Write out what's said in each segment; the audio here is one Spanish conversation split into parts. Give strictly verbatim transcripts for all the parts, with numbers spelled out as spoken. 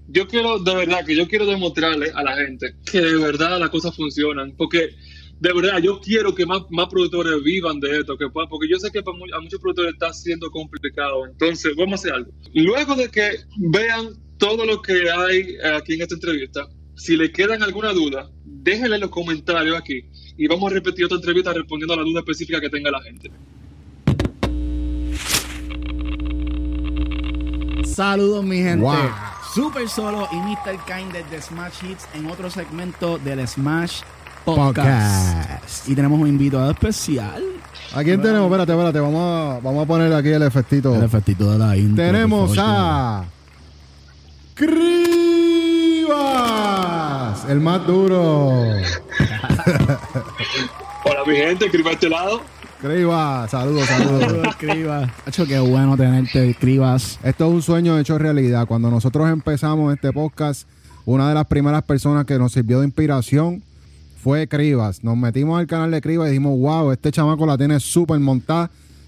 yo quiero, de verdad, que yo quiero demostrarle a la gente que de verdad las cosas funcionan, porque de verdad yo quiero que más, más productores vivan de esto, que puedan, porque yo sé que para mu- a muchos productores está siendo complicado. Entonces, vamos a hacer algo. Luego de que vean todo lo que hay aquí en esta entrevista, si le quedan alguna duda, déjenle en los comentarios aquí y vamos a repetir otra entrevista respondiendo a la duda específica que tenga la gente. Saludos, mi gente. Wow. Super Solo y mister Kind desde Smash Hits en otro segmento del Smash Podcast. Podcast. Y tenemos un invitado especial. ¿A quién tenemos? Espérate, espérate. Vamos a, vamos a poner aquí el efectito. El efectito de la intro. Tenemos por favor. a Cribas, el más duro. Hola mi gente, escriba a este lado. Cribas, saludos, saludos. Saludos, Cribas. Hacho, qué bueno tenerte, Cribas. Esto es un sueño hecho realidad. Cuando nosotros empezamos este podcast, una de las primeras personas que nos sirvió de inspiración fue Cribas. Nos metimos al canal de Cribas y dijimos, wow, este chamaco la tiene súper montada.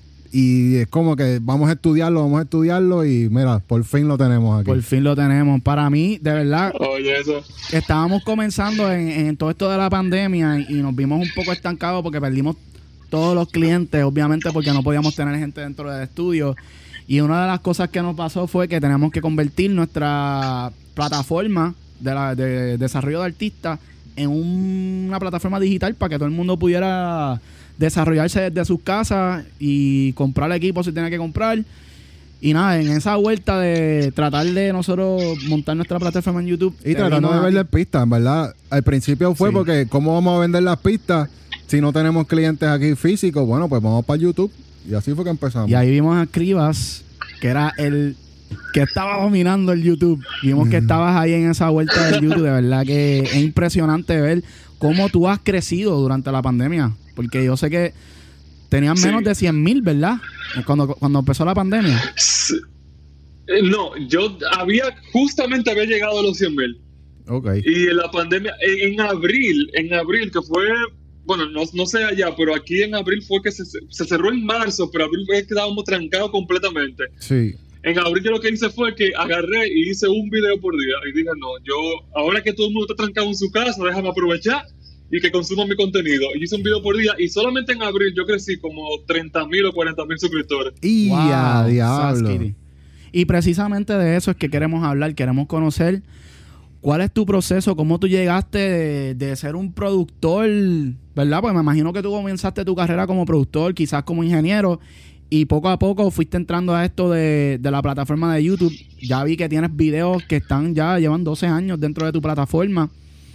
Y es como que vamos a estudiarlo, vamos a estudiarlo y mira, por fin lo tenemos aquí. Por fin lo tenemos. Para mí, de verdad, Oye, eso. estábamos comenzando en, en todo esto de la pandemia y, y nos vimos un poco estancados porque perdimos todos los clientes, obviamente porque no podíamos tener gente dentro del estudio. Y una de las cosas que nos pasó fue que teníamos que convertir nuestra plataforma de, la, de desarrollo de artistas en un- una plataforma digital para que todo el mundo pudiera desarrollarse desde sus casas y comprar equipo si tenía que comprar. Y nada, en esa vuelta de tratar de nosotros montar nuestra plataforma en YouTube. Y tratando de verle pistas, en verdad. Al principio fue Sí. porque, ¿cómo vamos a vender las pistas si no tenemos clientes aquí físicos? Bueno, pues vamos para YouTube. Y así fue que empezamos. Y ahí vimos a Cribas, que era el que estaba dominando el YouTube. Vimos que estabas ahí en esa vuelta del YouTube. De verdad que es impresionante ver cómo tú has crecido durante la pandemia. Porque yo sé que tenían Sí. menos de cien mil, ¿verdad? Cuando, cuando empezó la pandemia. Sí. Eh, No, yo había, justamente había llegado a los cien mil. Ok. Y en la pandemia, en, en abril, en abril, que fue, bueno, no, no sé allá, pero aquí en abril fue que se, se cerró en marzo, pero abril fue que estábamos trancados completamente. Sí. En abril yo lo que hice fue que agarré y hice un video por día. Y dije, no, yo, ahora que todo el mundo está trancado en su casa, déjame aprovechar y que consuma mi contenido. Y hice un video por día y solamente en abril yo crecí como treinta mil o cuarenta mil suscriptores. Y a Wow, diablo. Saskity. Y precisamente de eso es que queremos hablar, queremos conocer cuál es tu proceso, cómo tú llegaste de, de ser un productor, ¿verdad? Pues me imagino que tú comenzaste tu carrera como productor, quizás como ingeniero, y poco a poco fuiste entrando a esto de, de la plataforma de YouTube. Ya vi que tienes videos que están ya, llevan doce años dentro de tu plataforma.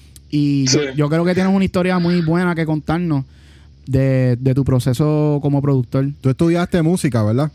Y Sí. yo, yo creo que tienes una historia muy buena que contarnos de, de tu proceso como productor. Tú estudiaste música, ¿verdad?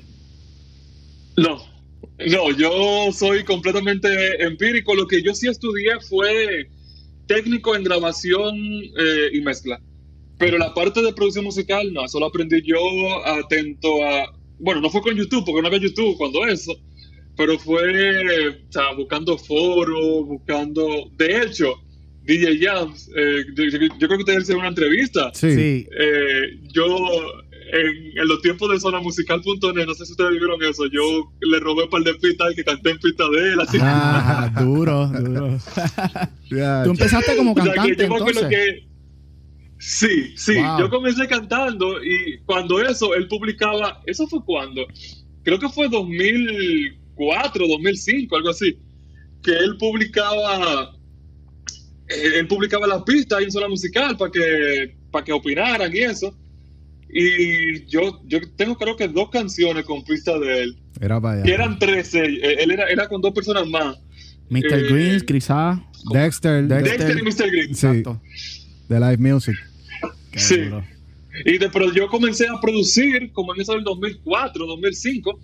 No, no, yo soy completamente empírico. Lo que yo sí estudié fue técnico en grabación eh, y mezcla. Pero la parte de producción musical, no, eso lo aprendí yo atento a... Bueno, no fue con YouTube, porque no había YouTube cuando eso, pero fue, o sea, buscando foros, buscando... De hecho, D J Jams, eh, yo, yo- yo creo que ustedes hicieron una entrevista. Sí. Sí. Eh, yo, en, en los tiempos de zonamusical punto net, no sé si ustedes vieron eso, yo le robé un par de pistas y que canté en pista de él, así. Ah, duro, duro. Ya, Tú empezaste como O sea, que cantante, yo me acuerdo entonces. que- Sí, sí, Wow. yo comencé cantando y cuando eso, él publicaba, ¿eso fue cuando? Creo que fue dos mil cuatro, dos mil cinco, algo así, que él publicaba, eh, él publicaba las pistas en Zona Musical para que, para que opinaran y eso. Y yo, yo tengo creo que dos canciones con pistas de él, Era para que allá. eran trece, eh, él era, era con dos personas más, mister eh, Greens, quizás. Dexter, Dexter. Dexter y mister Green. Sí. Exacto. de Live Music. Qué Sí. duro. Y de, pero yo comencé a producir como en eso del dos mil cuatro, dos mil cinco.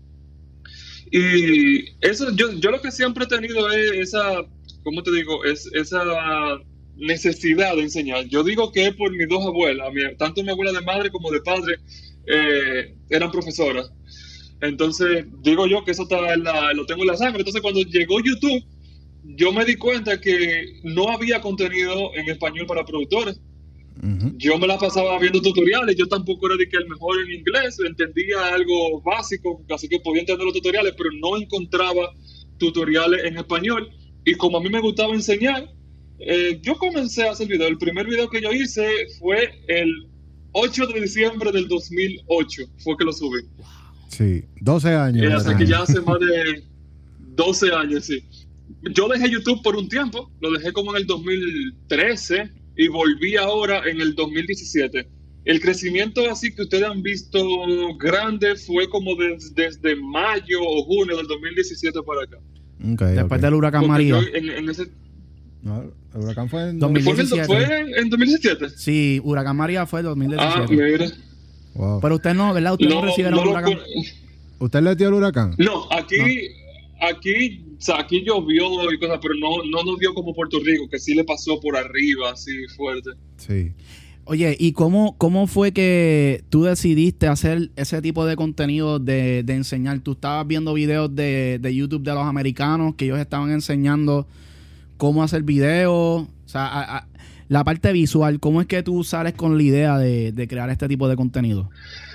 Y eso, yo, yo lo que siempre he tenido es esa, ¿cómo te digo? Es esa necesidad de enseñar. Yo digo que es por mis dos abuelas, mi- tanto mi abuela de madre como de padre eh, eran profesoras. Entonces, digo yo que eso está en la- lo tengo en la sangre. Entonces, cuando llegó YouTube, yo me di cuenta que no había contenido en español para productores. Ujú. Yo me la pasaba viendo tutoriales, yo tampoco era de que el mejor en inglés, entendía algo básico, así que podía entender los tutoriales, pero no encontraba tutoriales en español. Y como a mí me gustaba enseñar, eh, yo comencé a hacer videos. El primer video que yo hice fue el ocho de diciembre del dos mil ocho, fue que lo subí. Sí, doce años. Eh, hasta que ya hace más de doce años, sí. Yo dejé YouTube por un tiempo, lo dejé como en el dos mil trece y volví ahora en el dos mil diecisiete. El crecimiento así que ustedes han visto grande fue como des, desde mayo o junio del dos mil diecisiete para acá. Okay, Después okay. del huracán Porque María. yo en, en ese, No, el huracán fue en dos mil ¿fue, en el, diecisiete. ¿Fue en dos mil diecisiete? Sí, huracán María fue dos mil Ah, diecisiete. mira. Wow. Pero usted no, ¿verdad? Usted no, No, recibe no el lo huracán. con- ¿Usted le dio el huracán? No, aquí, aquí, o sea, aquí llovió y cosas, pero no, no nos dio como Puerto Rico, que sí le pasó por arriba, así fuerte. Sí. Oye, ¿y cómo, cómo fue que tú decidiste hacer ese tipo de contenido de, de enseñar? ¿Tú estabas viendo videos de, de YouTube de los americanos que ellos estaban enseñando cómo hacer videos? O sea, a- a- la parte visual, ¿cómo es que tú sales con la idea de, de crear este tipo de contenido?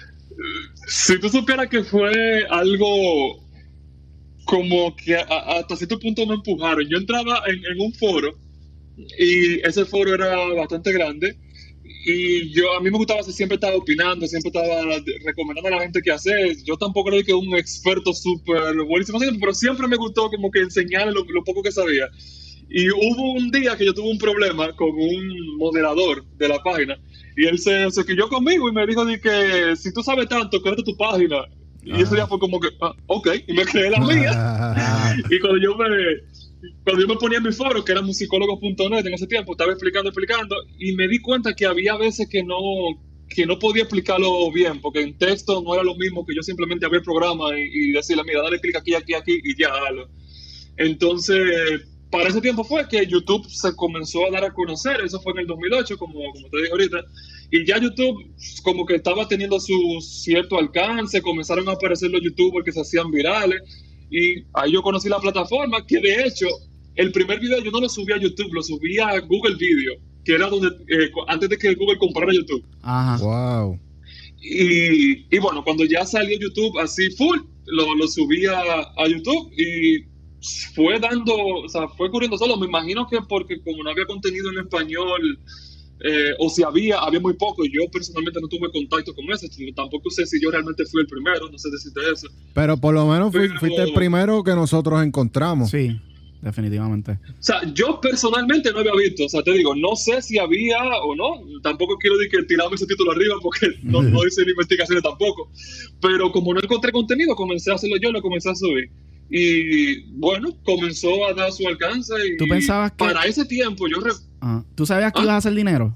Si tú supieras que fue algo como que a- a- hasta cierto punto me empujaron. Yo entraba en, en un foro y ese foro era bastante grande y yo a mí me gustaba siempre estaba opinando, siempre estaba recomendando a la gente qué hacer. Yo tampoco era que un experto súper buenísimo, pero siempre me gustó como que enseñar lo, lo poco que sabía. Y hubo un día que yo tuve un problema con un moderador de la página y él se, se quilló conmigo y me dijo de que si tú sabes tanto, créate tu página. Y Ah. ese día fue como que, ah, ok, y me creé la mía. Ah, Y cuando yo me cuando yo me ponía en mi foro, que era musicólogos punto net en ese tiempo, estaba explicando, explicando, y me di cuenta que había veces que no, que no podía explicarlo bien, porque en texto no era lo mismo que yo simplemente abrir el programa y, y decirle, mira, dale clic aquí, aquí, aquí, y ya, dale. Entonces, para ese tiempo fue que YouTube se comenzó a dar a conocer, eso fue en el dos mil ocho, como, como te dije ahorita, y ya YouTube como que estaba teniendo su cierto alcance, comenzaron a aparecer los YouTubers que se hacían virales, y ahí yo conocí la plataforma, que de hecho, el primer video yo no lo subí a YouTube, lo subí a Google Video, que era donde, eh, antes de que Google comprara YouTube. Ajá. wow. Y, y bueno, cuando ya salió YouTube así full, lo, lo subí a, a YouTube y fue dando, o sea, fue corriendo solo. Me imagino que porque como no había contenido en español, eh, o si había, había muy poco. Yo personalmente no tuve contacto con eso. Tampoco sé si yo realmente fui el primero, no sé decirte eso. Pero por lo menos fui- Pero- fuiste el primero que nosotros encontramos. Sí, definitivamente. O sea, yo personalmente no había visto, o sea, te digo, no sé si había o no, tampoco quiero decir que tirarme ese título arriba porque no, no hice ni investigaciones tampoco, pero como no encontré contenido, comencé a hacerlo yo, lo comencé a subir. Y bueno, comenzó a dar su alcance y ¿Tú pensabas que- para ese tiempo yo... re- Ajá. ¿Tú sabías que ¿Ah? ibas a hacer dinero?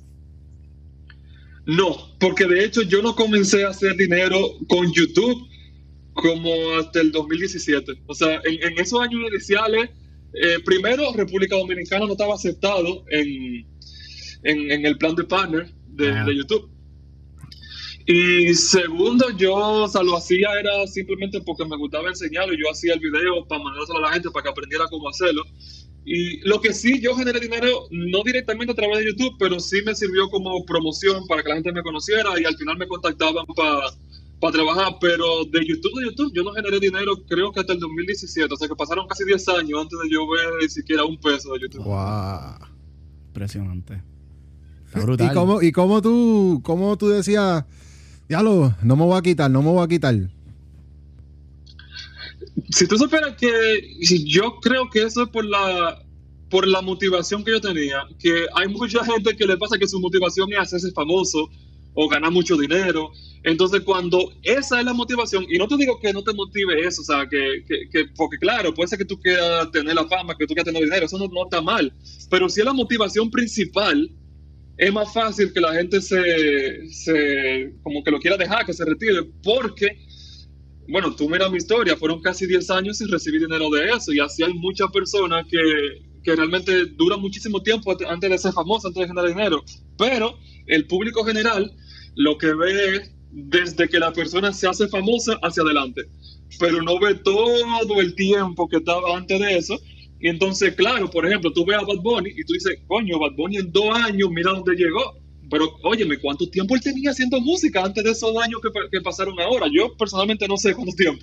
No, porque de hecho yo no comencé a hacer dinero con YouTube como hasta el dos mil diecisiete. O sea, en, en esos años iniciales, eh, primero República Dominicana no estaba aceptado en, en, en el plan de partner de, Ah. de YouTube. Y segundo, yo o sea, lo hacía era simplemente porque me gustaba enseñarlo. Yo hacía el video para mandárselo a la gente para que aprendiera cómo hacerlo. Y lo que sí, yo generé dinero, no directamente a través de YouTube, pero sí me sirvió como promoción para que la gente me conociera y al final me contactaban para para trabajar, pero de YouTube, de YouTube, yo no generé dinero creo que hasta el dos mil diecisiete, o sea que pasaron casi diez años antes de yo ver ni siquiera un peso de YouTube. Wow. Impresionante. Está brutal. ¿Y cómo, y cómo tú, cómo tú decías, diablo, no me voy a quitar, no me voy a quitar? Si tú supieras que si yo creo que eso es por la por la motivación que yo tenía, que hay mucha gente que le pasa que su motivación es hacerse famoso o ganar mucho dinero. Entonces, cuando esa es la motivación, y no te digo que no te motive eso, o sea, que, que, que porque claro, puede ser que tú quieras tener la fama, que tú quieras tener dinero, eso no, no está mal, pero si es la motivación principal, es más fácil que la gente se, se como que lo quiera dejar, que se retire, porque, bueno, tú mira mi historia, fueron casi diez años sin recibir dinero de eso, y así hay muchas personas que, que realmente duran muchísimo tiempo antes de ser famosos, antes de generar dinero, pero el público general lo que ve es desde que la persona se hace famosa hacia adelante, pero no ve todo el tiempo que estaba antes de eso. Y entonces, claro, por ejemplo, tú ves a Bad Bunny y tú dices, coño, Bad Bunny en dos años, mira dónde llegó. Pero, óyeme, ¿cuánto tiempo él tenía haciendo música antes de esos años que, que pasaron ahora? Yo personalmente no sé cuánto tiempo,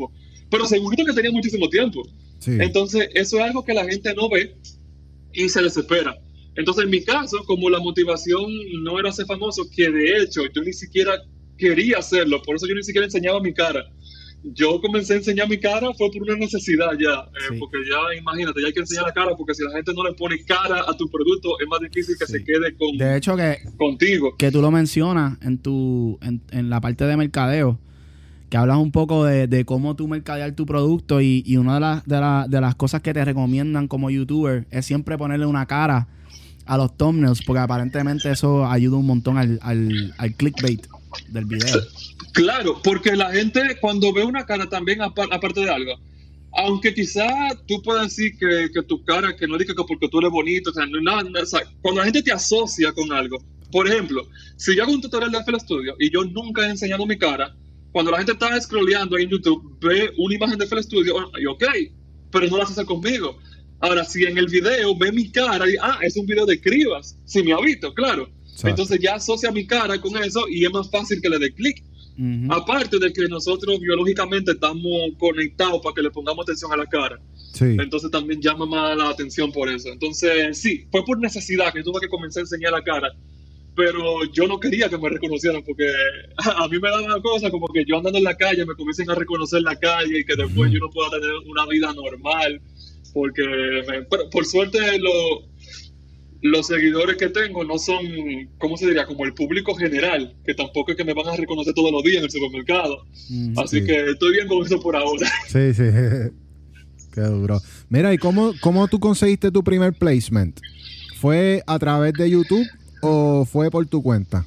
pero seguro que tenía muchísimo tiempo. Sí. Entonces, eso es algo que la gente no ve y se desespera. Entonces, en mi caso, como la motivación no era ser famoso, que de hecho yo ni siquiera quería hacerlo, por eso yo ni siquiera enseñaba mi cara. Yo comencé a enseñar mi cara fue por una necesidad ya, eh, Sí. porque ya imagínate, ya hay que enseñar la cara, porque si la gente no le pone cara a tu producto, es más difícil que Sí. se quede con, De hecho, que, contigo. que tú lo mencionas en tu en, en la parte de mercadeo, que hablas un poco de, de cómo tú mercadear tu producto y, y una de, las de, la- de las cosas que te recomiendan como youtuber es siempre ponerle una cara a los thumbnails, porque aparentemente eso ayuda un montón al, al, al clickbait del video. Claro, porque la gente cuando ve una cara también, apa- aparte de algo, aunque quizá tú puedas decir que, que tu cara, que no diga que porque tú eres bonito, o sea, no, nada, nada, o sea, cuando la gente te asocia con algo, por ejemplo, si yo hago un tutorial de F L Studio y yo nunca he enseñado mi cara, cuando la gente está scrolleando ahí en YouTube, ve una imagen de F L Studio, y ok, pero no la hace conmigo. Ahora, si en el video ve mi cara y, ah, es un video de Cribas, si me ha visto, claro. Exacto. Entonces ya asocia mi cara con eso y es más fácil que le dé clic. Ujú. Aparte de que nosotros biológicamente estamos conectados para que le pongamos atención a la cara. Sí. Entonces también llama más la atención por eso. Entonces, sí, fue por necesidad que tuve que comenzar a enseñar la cara. Pero yo no quería que me reconocieran porque a mí me daba cosas como que yo andando en la calle me comiencen a reconocer en la calle y que después yo no pueda tener una vida normal. Porque, me- pero por suerte, lo, los seguidores que tengo no son, ¿cómo se diría? Como el público general, que tampoco es que me van a reconocer todos los días en el supermercado. Ujú. Así Sí. que estoy bien con eso por ahora. Sí, sí. Qué duro. Mira, ¿y cómo, cómo tú conseguiste tu primer placement? ¿Fue a través de YouTube o fue por tu cuenta?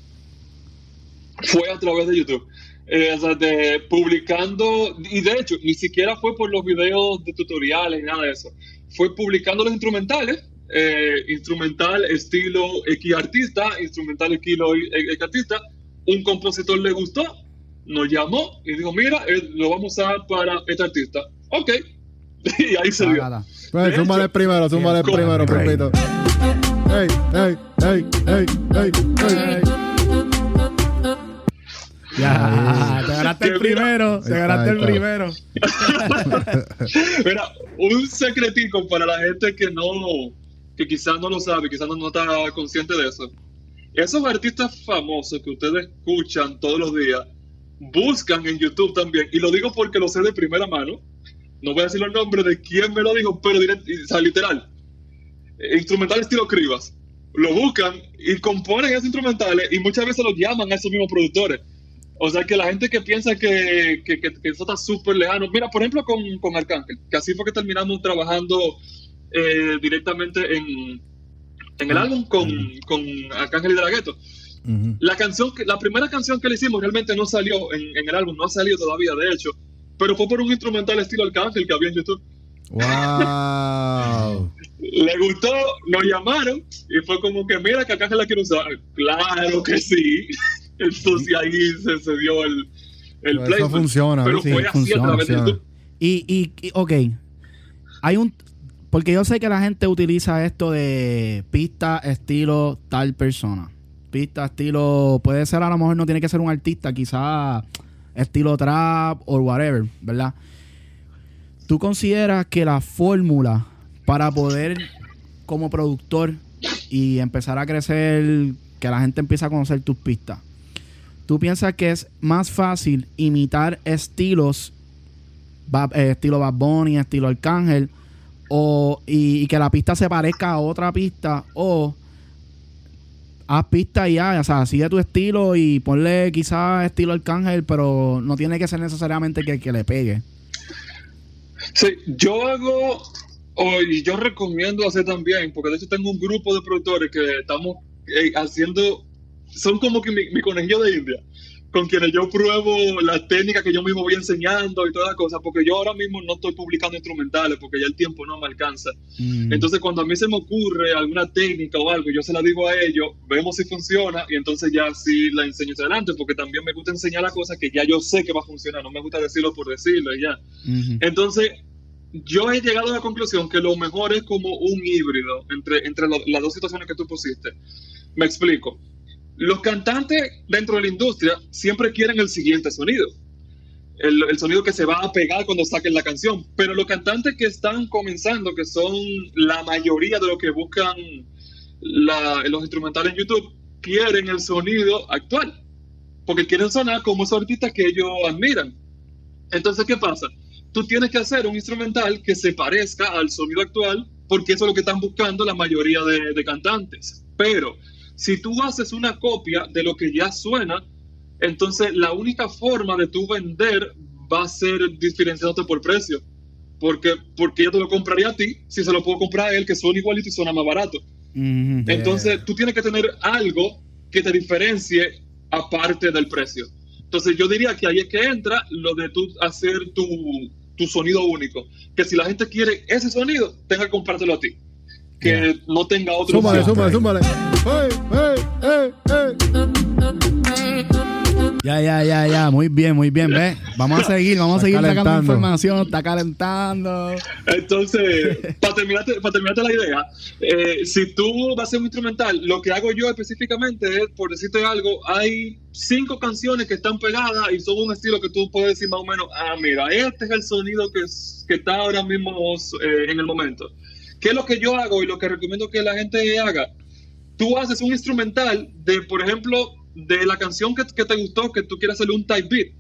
Fue a través de YouTube. Eh, o sea, de, publicando, y de hecho, ni siquiera fue por los videos de tutoriales, nada de eso. Fue publicando los instrumentales, eh, instrumental estilo X artista, instrumental estilo X artista. Un compositor le gustó, nos llamó y dijo, mira, eh, lo vamos a usar para este artista. Ok. Y ahí se dio. Sácala. Pues, De zúmbale hecho, primero, zúmbale sí, primero, sí. Pepito. Ey, ey, ey, ey, ey, ey. Ya, te ganaste el Que mira- primero, te Ahí está, ganaste ahí el está. primero. Mira, un secretico para la gente que no, que quizás no lo sabe, quizás no, no está consciente de eso. Esos artistas famosos que ustedes escuchan todos los días, buscan en YouTube también, y lo digo porque lo sé de primera mano, no voy a decir el nombre de quién me lo dijo, pero direct, o sea, literal, eh, instrumental estilo Cribas, lo buscan y componen esos instrumentales y muchas veces los llaman a esos mismos productores. O sea que la gente que piensa que, que, que, que eso está súper lejano. Mira, por ejemplo, con, con Arcángel, que así fue que terminamos trabajando eh, directamente en, en el álbum con, con Arcángel y De La Ghetto. Ujú. La canción, que, la primera canción que le hicimos realmente no salió en, en el álbum, no ha salido todavía, de hecho, pero fue por un instrumental estilo Arcángel que había en YouTube. Wow. Le gustó, nos llamaron y fue como que, mira, que Arcángel la quiere usar. Claro que sí. Entonces ahí se, se dio el, el Eso placement. funciona, Pero sí, fue así funciona, a través de funciona. YouTube. Y, y, y, ok, hay un... Porque yo sé que la gente utiliza esto de pista estilo tal persona. Pista estilo... Puede ser, a lo mejor no tiene que ser un artista, quizá estilo trap o whatever, ¿verdad? ¿Tú consideras que la fórmula para poder, como productor, y empezar a crecer, que la gente empiece a conocer tus pistas, tú piensas que es más fácil imitar estilos, Bad- eh, estilo Bad Bunny, estilo Arcángel, o, y, y que la pista se parezca a otra pista, o haz pista y ya, o sea, sigue tu estilo y ponle quizás estilo Arcángel, pero no tiene que ser necesariamente que, que le pegue? Sí, yo hago, o- y yo recomiendo hacer también, porque de hecho tengo un grupo de productores que estamos eh, haciendo, son como que mi, mi conejillo de India, con quienes yo pruebo las técnicas que yo mismo voy enseñando y todas las cosas, porque yo ahora mismo no estoy publicando instrumentales, porque ya el tiempo no me alcanza. Mm. Entonces, cuando a mí se me ocurre alguna técnica o algo, yo se la digo a ellos, vemos si funciona y entonces ya sí la enseño hacia adelante, porque también me gusta enseñar las cosas que ya yo sé que va a funcionar, no me gusta decirlo por decirlo y ya. Ujú. Entonces, yo he llegado a la conclusión que lo mejor es como un híbrido entre, entre lo- las dos situaciones que tú pusiste. Me explico. Los cantantes dentro de la industria siempre quieren el siguiente sonido. el, el sonido que se va a pegar cuando saquen la canción. Pero los cantantes que están comenzando, que son la mayoría de los que buscan la, los instrumentales en YouTube, quieren el sonido actual, porque quieren sonar como esos artistas que ellos admiran. Entonces, ¿qué pasa? Tú tienes que hacer un instrumental que se parezca al sonido actual, porque eso es lo que están buscando la mayoría de, de cantantes. Pero si tú haces una copia de lo que ya suena, entonces la única forma de tú vender va a ser diferenciándote por precio. Porque, porque yo te lo compraría a ti si se lo puedo comprar a él, que suena igualito y suena más barato. Mm, yeah. Entonces tú tienes que tener algo que te diferencie aparte del precio. Entonces yo diría que ahí es que entra lo de tú hacer tu, tu sonido único. Que si la gente quiere ese sonido, tenga que comprártelo a ti. Que yeah. no tenga otro. Súmale, súmale, súmale. Hey, hey, hey, hey. Ya, ya, ya, ya. Muy bien, muy bien. ¿Ves? Vamos a seguir, vamos a seguir sacando información. Está calentando. Entonces, para terminarte, para terminarte la idea, eh, si tú vas a hacer un instrumental, lo que hago yo específicamente es, por decirte algo, hay cinco canciones que están pegadas y son un estilo que tú puedes decir más o menos, ah, mira, este es el sonido que, es, que está ahora mismo eh, en el momento. ¿Qué es lo que yo hago y lo que recomiendo que la gente haga? Tú haces un instrumental de, por ejemplo, de la canción que, que te gustó, que tú quieras hacerle un type beat.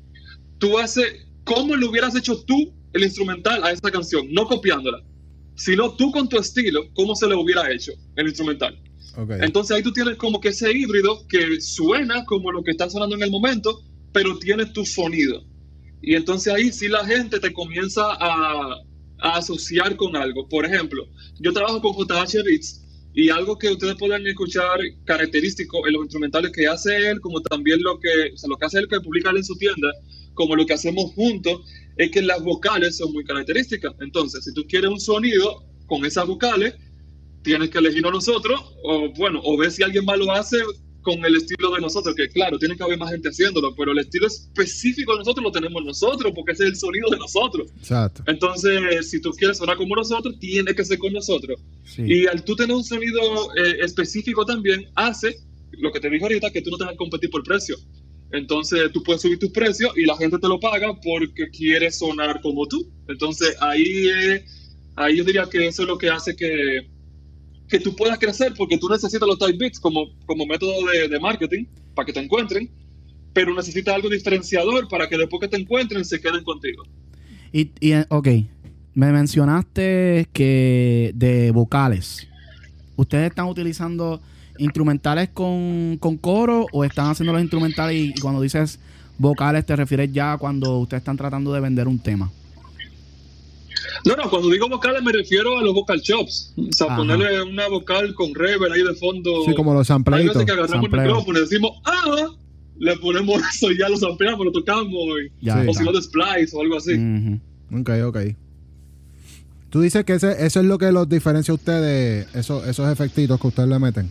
Tú haces cómo le hubieras hecho tú el instrumental a esa canción, no copiándola, sino tú con tu estilo, cómo se le hubiera hecho el instrumental. Okay. Entonces ahí tú tienes como que ese híbrido que suena como lo que está sonando en el momento, pero tiene tu sonido. Y entonces ahí sí la gente te comienza a, a asociar con algo. Por ejemplo, yo trabajo con J H Beats, y algo que ustedes pueden escuchar característico en los instrumentales que hace él, como también lo que, o sea, lo que hace él que publica en su tienda, como lo que hacemos juntos, es que las vocales son muy características. Entonces, si tú quieres un sonido con esas vocales, tienes que elegirlo nosotros, o bueno, o ver si alguien más lo hace con el estilo de nosotros, que claro, tiene que haber más gente haciéndolo, pero el estilo específico de nosotros lo tenemos nosotros, porque ese es el sonido de nosotros. Exacto. Entonces, si tú quieres sonar como nosotros, tiene que ser con nosotros. Sí. Y al tú tener un sonido eh, específico también, hace, lo que te dije ahorita, que tú no tengas que competir por precio. Entonces, tú puedes subir tus precios y la gente te lo paga porque quiere sonar como tú. Entonces, ahí, eh, ahí yo diría que eso es lo que hace que que tú puedas crecer, porque tú necesitas los type beats como, como método de, de marketing para que te encuentren, pero necesitas algo diferenciador para que después que te encuentren se queden contigo. Y, y ok, me mencionaste que de vocales, ¿ustedes están utilizando instrumentales con, con coro o están haciendo los instrumentales y, y cuando dices vocales te refieres ya cuando ustedes están tratando de vender un tema? No, no, cuando digo vocales me refiero a los vocal chops. O sea, ajá, ponerle una vocal con reverb ahí de fondo. Sí, como los sampleitos. Hay veces que agarramos Sampleo. el micrófono y decimos, ah, le ponemos eso y ya lo sampleamos, lo tocamos. Y, ya, o sí, si no de splice o algo así. Uh-huh. Ok, ok. Tú dices que ese, eso es lo que los diferencia a ustedes, esos, esos efectitos que ustedes le meten.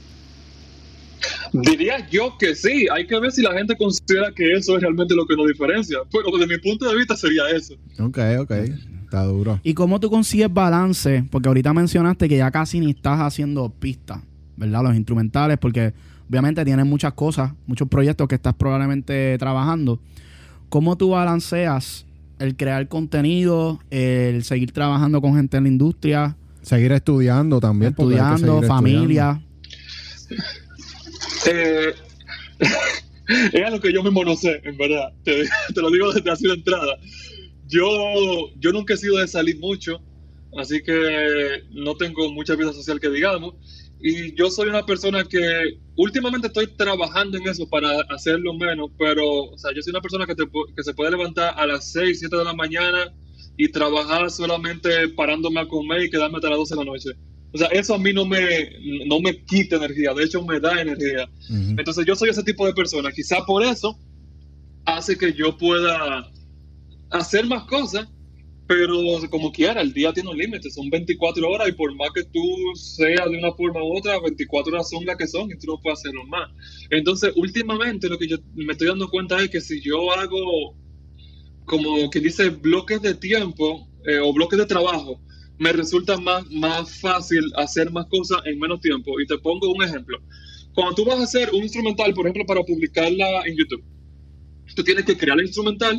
Diría yo que sí. Hay que ver si la gente considera que eso es realmente lo que nos diferencia. Pero desde mi punto de vista sería eso. Ok, ok. Está duro. ¿Y cómo tú consigues balance? Porque ahorita mencionaste que ya casi ni estás haciendo pistas, ¿verdad? Los instrumentales, porque obviamente tienes muchas cosas, muchos proyectos que estás probablemente trabajando. ¿Cómo tú balanceas el crear contenido, el seguir trabajando con gente en la industria? Seguir estudiando también. Estudiando, familia. Eh, es algo que yo mismo no sé, en verdad. Te, te lo digo desde así de entrada. Yo, yo nunca he sido de salir mucho, así que no tengo mucha vida social que digamos. Y yo soy una persona que últimamente estoy trabajando en eso para hacerlo menos, pero o sea, yo soy una persona que, te, que se puede levantar a las seis, siete de la mañana y trabajar solamente parándome a comer y quedarme hasta las doce de la noche. O sea, eso a mí no me, no me quita energía, de hecho me da energía. Uh-huh. Entonces yo soy ese tipo de persona. Quizá por eso hace que yo pueda hacer más cosas, pero como quiera, el día tiene un límite, son veinticuatro horas y por más que tú seas de una forma u otra, veinticuatro horas son las que son y tú no puedes hacerlo más. Entonces, últimamente lo que yo me estoy dando cuenta es que si yo hago, como que dice, bloques de tiempo eh, o bloques de trabajo, me resulta más, más fácil hacer más cosas en menos tiempo. Y te pongo un ejemplo. Cuando tú vas a hacer un instrumental, por ejemplo, para publicarla en YouTube, tú tienes que crear el instrumental,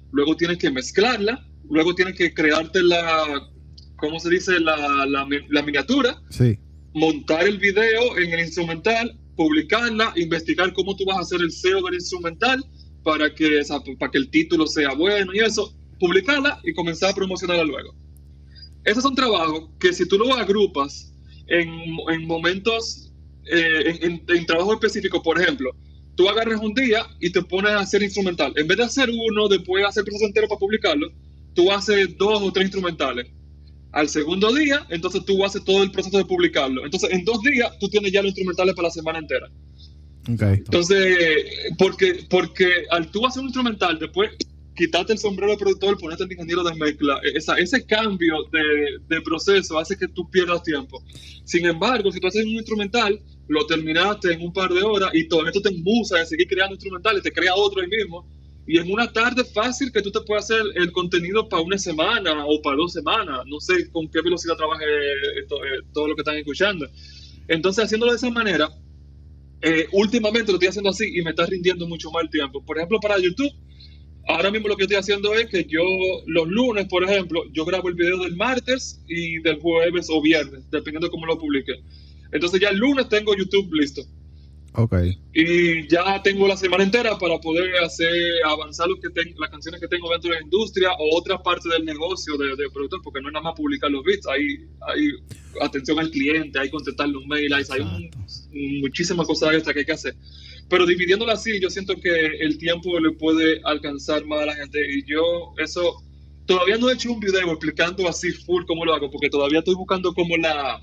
luego tienes que mezclarla, luego tienes que crearte la, ¿cómo se dice? La, la, la miniatura, sí. montar el video en el instrumental, publicarla, investigar cómo tú vas a hacer el S E O del instrumental para que, o sea, para que el título sea bueno y eso, publicarla y comenzar a promocionarla luego. Esos son trabajos que si tú lo agrupas en, en momentos, eh, en, en, en trabajo específico, por ejemplo, tú agarras un día y te pones a hacer instrumental. En vez de hacer uno, después hacer el proceso entero para publicarlo, tú haces dos o tres instrumentales. Al segundo día, entonces tú haces todo el proceso de publicarlo. Entonces, en dos días, tú tienes ya los instrumentales para la semana entera. Okay. Entonces, porque, porque al tú hacer un instrumental, después quitarte el sombrero de productor, ponerte el ingeniero de mezcla, esa, ese cambio de, de proceso hace que tú pierdas tiempo. Sin embargo, si tú haces un instrumental, lo terminaste en un par de horas y todavía tú te embusas de seguir creando instrumentales, te crea otro ahí mismo. Y en una tarde fácil que tú te puedes hacer el contenido para una semana o para dos semanas. No sé con qué velocidad trabaje esto, eh, todo lo que están escuchando. Entonces, haciéndolo de esa manera, eh, últimamente lo estoy haciendo así y me está rindiendo mucho más el tiempo. Por ejemplo, para YouTube, ahora mismo lo que estoy haciendo es que yo los lunes, por ejemplo, yo grabo el video del martes y del jueves o viernes, dependiendo de cómo lo publique. Entonces ya el lunes tengo YouTube listo. Okay. Y ya tengo la semana entera para poder hacer avanzar lo que tengo, las canciones que tengo dentro de la industria o otra parte del negocio de, de productor, porque no es nada más publicar los beats, hay, hay atención al cliente, hay contestarle un mail, hay, hay un, muchísimas cosas extra que hay que hacer. Pero dividiéndolo así, yo siento que el tiempo le puede alcanzar más a la gente y yo eso, todavía no he hecho un video explicando así full cómo lo hago, porque todavía estoy buscando como la...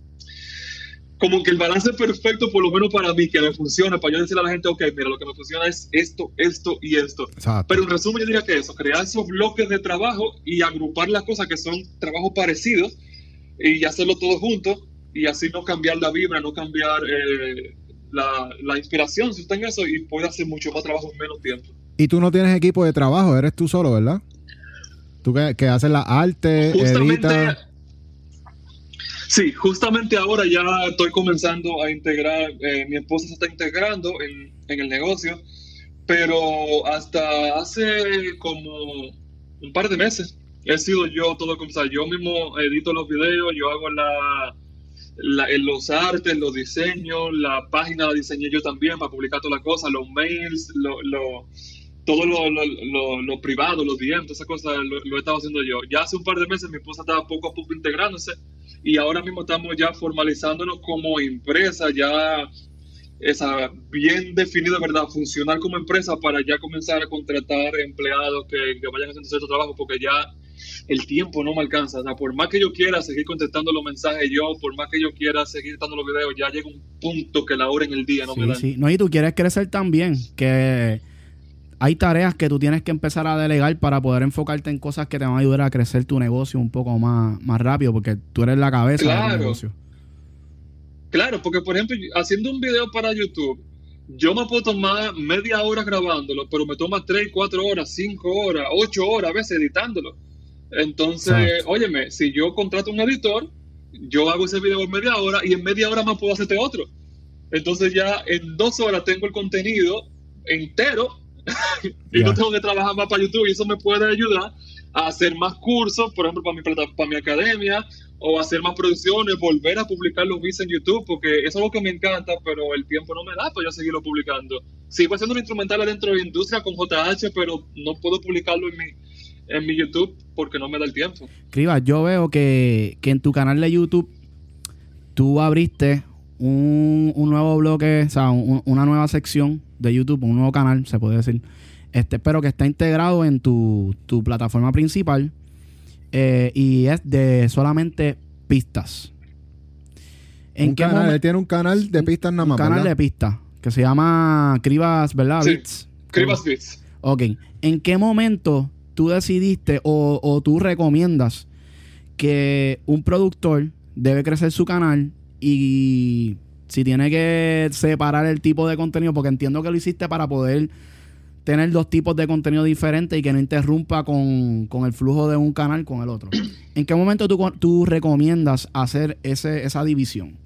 como que el balance perfecto, por lo menos para mí, que me funciona, para yo decirle a la gente, ok, mira, lo que me funciona es esto, esto y esto. Exacto. Pero en resumen yo diría que eso, crear esos bloques de trabajo y agrupar las cosas que son trabajos parecidos y hacerlo todo junto y así no cambiar la vibra, no cambiar eh, la, la inspiración, si está en eso, y puede hacer mucho más trabajo en menos tiempo. Y tú no tienes equipo de trabajo, eres tú solo, ¿verdad? Tú que, que haces la arte, Justamente, editas... Sí, justamente ahora ya estoy comenzando a integrar, eh, mi esposa se está integrando en, en el negocio, pero hasta hace como un par de meses he sido yo todo como, o sea, yo mismo edito los videos, yo hago la, la, los artes, los diseños, la página la diseñé yo también para publicar todas las cosas, los mails, lo, lo, todo lo, lo, lo, lo privado, los D M, todas esas cosas lo, lo he estado haciendo yo. Ya hace un par de meses mi esposa estaba poco a poco integrándose. Y ahora mismo estamos ya formalizándonos como empresa, ya esa bien definida, ¿verdad? Funcionar como empresa para ya comenzar a contratar empleados que, que vayan haciendo cierto trabajo, porque ya el tiempo no me alcanza. O sea, por más que yo quiera seguir contestando los mensajes yo, por más que yo quiera seguir dando los videos, ya llega un punto que la hora en el día no sí, me da. Sí. No, y tú quieres crecer también, que hay tareas que tú tienes que empezar a delegar para poder enfocarte en cosas que te van a ayudar a crecer tu negocio un poco más, más rápido, porque tú eres la cabeza claro, del negocio. Claro, porque por ejemplo, haciendo un video para YouTube, yo me puedo tomar media hora grabándolo, pero me toma tres, cuatro horas, cinco horas, ocho horas a veces editándolo. Entonces, exacto, óyeme, si yo contrato un editor, yo hago ese video en media hora y en media hora más puedo hacerte otro. Entonces ya en dos horas tengo el contenido entero y yeah. no tengo que trabajar más para YouTube, y eso me puede ayudar a hacer más cursos, por ejemplo, para mi, para mi academia, o hacer más producciones, volver a publicar los videos en YouTube, porque eso es algo que me encanta, pero el tiempo no me da para yo seguirlo publicando. Sigo haciendo un instrumental dentro de la industria con J H, pero no puedo publicarlo en mi, en mi YouTube porque no me da el tiempo. Cribas, yo veo que, que en tu canal de YouTube tú abriste un, un nuevo bloque, o sea, un, una nueva sección de YouTube, un nuevo canal, se puede decir, este, pero que está integrado en tu, tu plataforma principal, eh, y es de solamente pistas. ¿En un qué canal? Él tiene un canal de pistas nada más, un canal ¿verdad? de pistas que se llama Cribas, ¿verdad? Sí, Beats. Cribas Beats. Ok. ¿En qué momento tú decidiste o, o tú recomiendas que un productor debe crecer su canal y si tiene que separar el tipo de contenido, porque entiendo que lo hiciste para poder tener dos tipos de contenido diferentes y que no interrumpa con, con el flujo de un canal con el otro? ¿En qué momento tú, tú recomiendas hacer ese, esa división?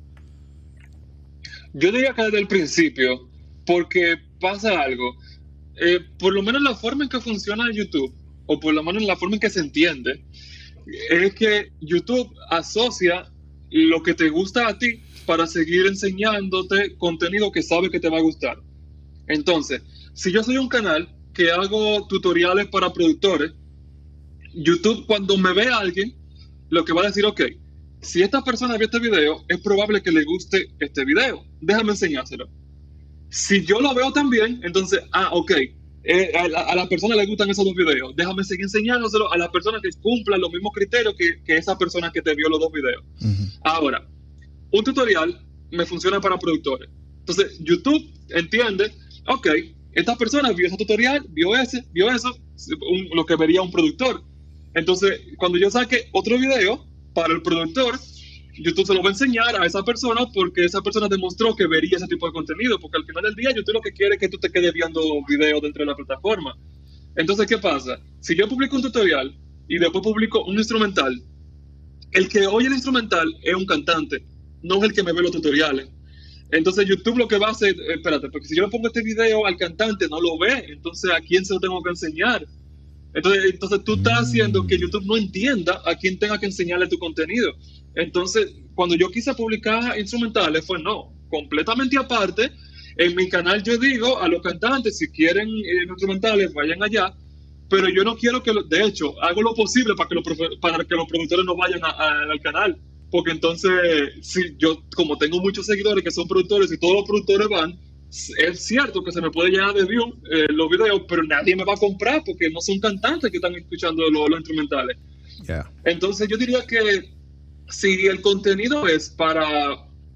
Yo diría que desde el principio, porque pasa algo. Eh, por lo menos la forma en que funciona YouTube, o por lo menos en la forma en que se entiende, es que YouTube asocia lo que te gusta a ti para seguir enseñándote contenido que sabe que te va a gustar. Entonces, si yo soy un canal que hago tutoriales para productores, YouTube, cuando me ve a alguien, lo que va a decir, ok, si esta persona vio este video, es probable que le guste este video. Déjame enseñárselo. Si yo lo veo también, entonces, ah, ok, eh, a, la, a la persona le gustan esos dos videos. Déjame seguir enseñándoselo a la persona que cumpla los mismos criterios que, que esa persona que te vio los dos videos. Uh-huh. Ahora, un tutorial me funciona para productores. Entonces, YouTube entiende, ok, esta persona vio ese tutorial, vio ese, vio eso, un, lo que vería un productor. Entonces, cuando yo saque otro video para el productor, YouTube se lo va a enseñar a esa persona porque esa persona demostró que vería ese tipo de contenido, porque al final del día YouTube lo que quiere es que tú te quedes viendo videos dentro de la plataforma. Entonces, ¿qué pasa? Si yo publico un tutorial y después publico un instrumental, el que oye el instrumental es un cantante, no es el que me ve los tutoriales. Entonces YouTube lo que va a hacer, eh, espérate, porque si yo le pongo este video al cantante no lo ve, entonces ¿a quién se lo tengo que enseñar? Entonces, entonces tú estás haciendo que YouTube no entienda a quién tenga que enseñarle tu contenido. Entonces, cuando yo quise publicar instrumentales, fue no, completamente aparte. En mi canal yo digo a los cantantes, si quieren eh, instrumentales, vayan allá, pero yo no quiero que, lo, de hecho, hago lo posible para que, lo, para que los productores no vayan a, a, al canal, porque entonces, si yo, como tengo muchos seguidores que son productores y todos los productores van, es cierto que se me puede llenar de views eh, los videos, pero nadie me va a comprar porque no son cantantes que están escuchando los, los instrumentales. Yeah. Entonces yo diría que si el contenido es para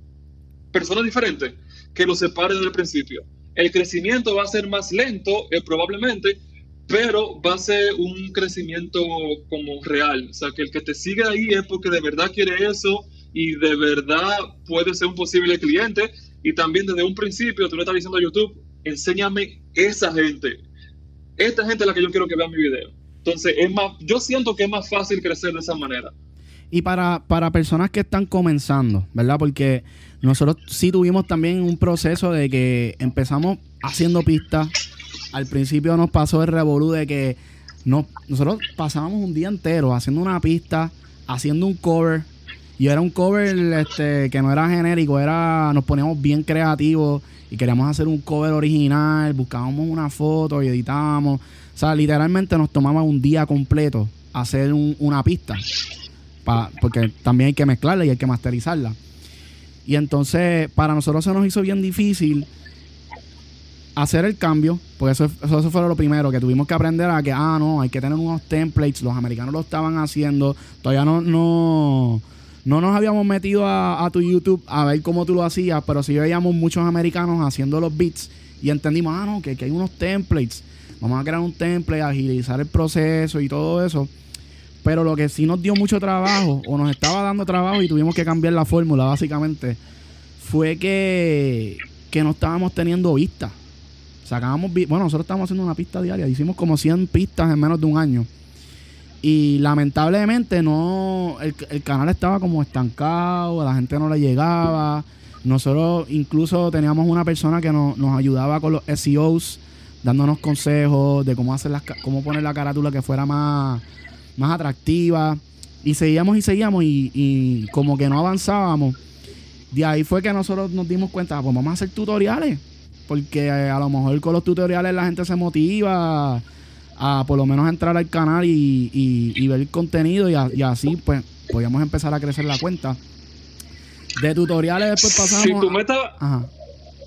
personas diferentes, que lo separe desde el principio. El crecimiento va a ser más lento, eh, probablemente, pero va a ser un crecimiento como real. O sea, que el que te sigue ahí es porque de verdad quiere eso y de verdad puede ser un posible cliente. Y también desde un principio tú le estás diciendo a YouTube, enséñame esa gente. Esta gente es la que yo quiero que vea mi video. Entonces, es más, yo siento que es más fácil crecer de esa manera. Y para, para personas que están comenzando, ¿verdad? Porque nosotros sí tuvimos también un proceso de que empezamos haciendo pistas. Al principio nos pasó el revolú de que no, nosotros pasábamos un día entero haciendo una pista, haciendo un cover. Y era un cover este, que no era genérico, era nos poníamos bien creativos y queríamos hacer un cover original, buscábamos una foto y editábamos. O sea, literalmente nos tomaba un día completo hacer un, una pista. Pa, porque también hay que mezclarla y hay que masterizarla. Y entonces, para nosotros se nos hizo bien difícil hacer el cambio, porque eso, eso, eso fue lo primero, que tuvimos que aprender a que, ah, no, hay que tener unos templates, los americanos lo estaban haciendo, todavía no... no No nos habíamos metido a, a tu YouTube a ver cómo tú lo hacías, pero sí veíamos muchos americanos haciendo los beats y entendimos, ah, no, que, que hay unos templates. Vamos a crear un template, agilizar el proceso y todo eso. Pero lo que sí nos dio mucho trabajo, o nos estaba dando trabajo y tuvimos que cambiar la fórmula, básicamente, fue que, que no estábamos teniendo vistas. Sacábamos, bueno, nosotros estábamos haciendo una pista diaria, hicimos como cien pistas en menos de un año. Y lamentablemente no el, el canal estaba como estancado, a la gente no le llegaba. Nosotros incluso teníamos una persona que nos, nos ayudaba con los S E Os, dándonos consejos de cómo hacer las, cómo poner la carátula que fuera más, más atractiva. Y seguíamos y seguíamos y, y como que no avanzábamos. De ahí fue que nosotros nos dimos cuenta, pues vamos a hacer tutoriales. Porque a lo mejor con los tutoriales la gente se motiva a por lo menos entrar al canal y, y, y ver el contenido y, a, y así pues podíamos empezar a crecer la cuenta. De tutoriales después pasamos si tu meta a... Ajá.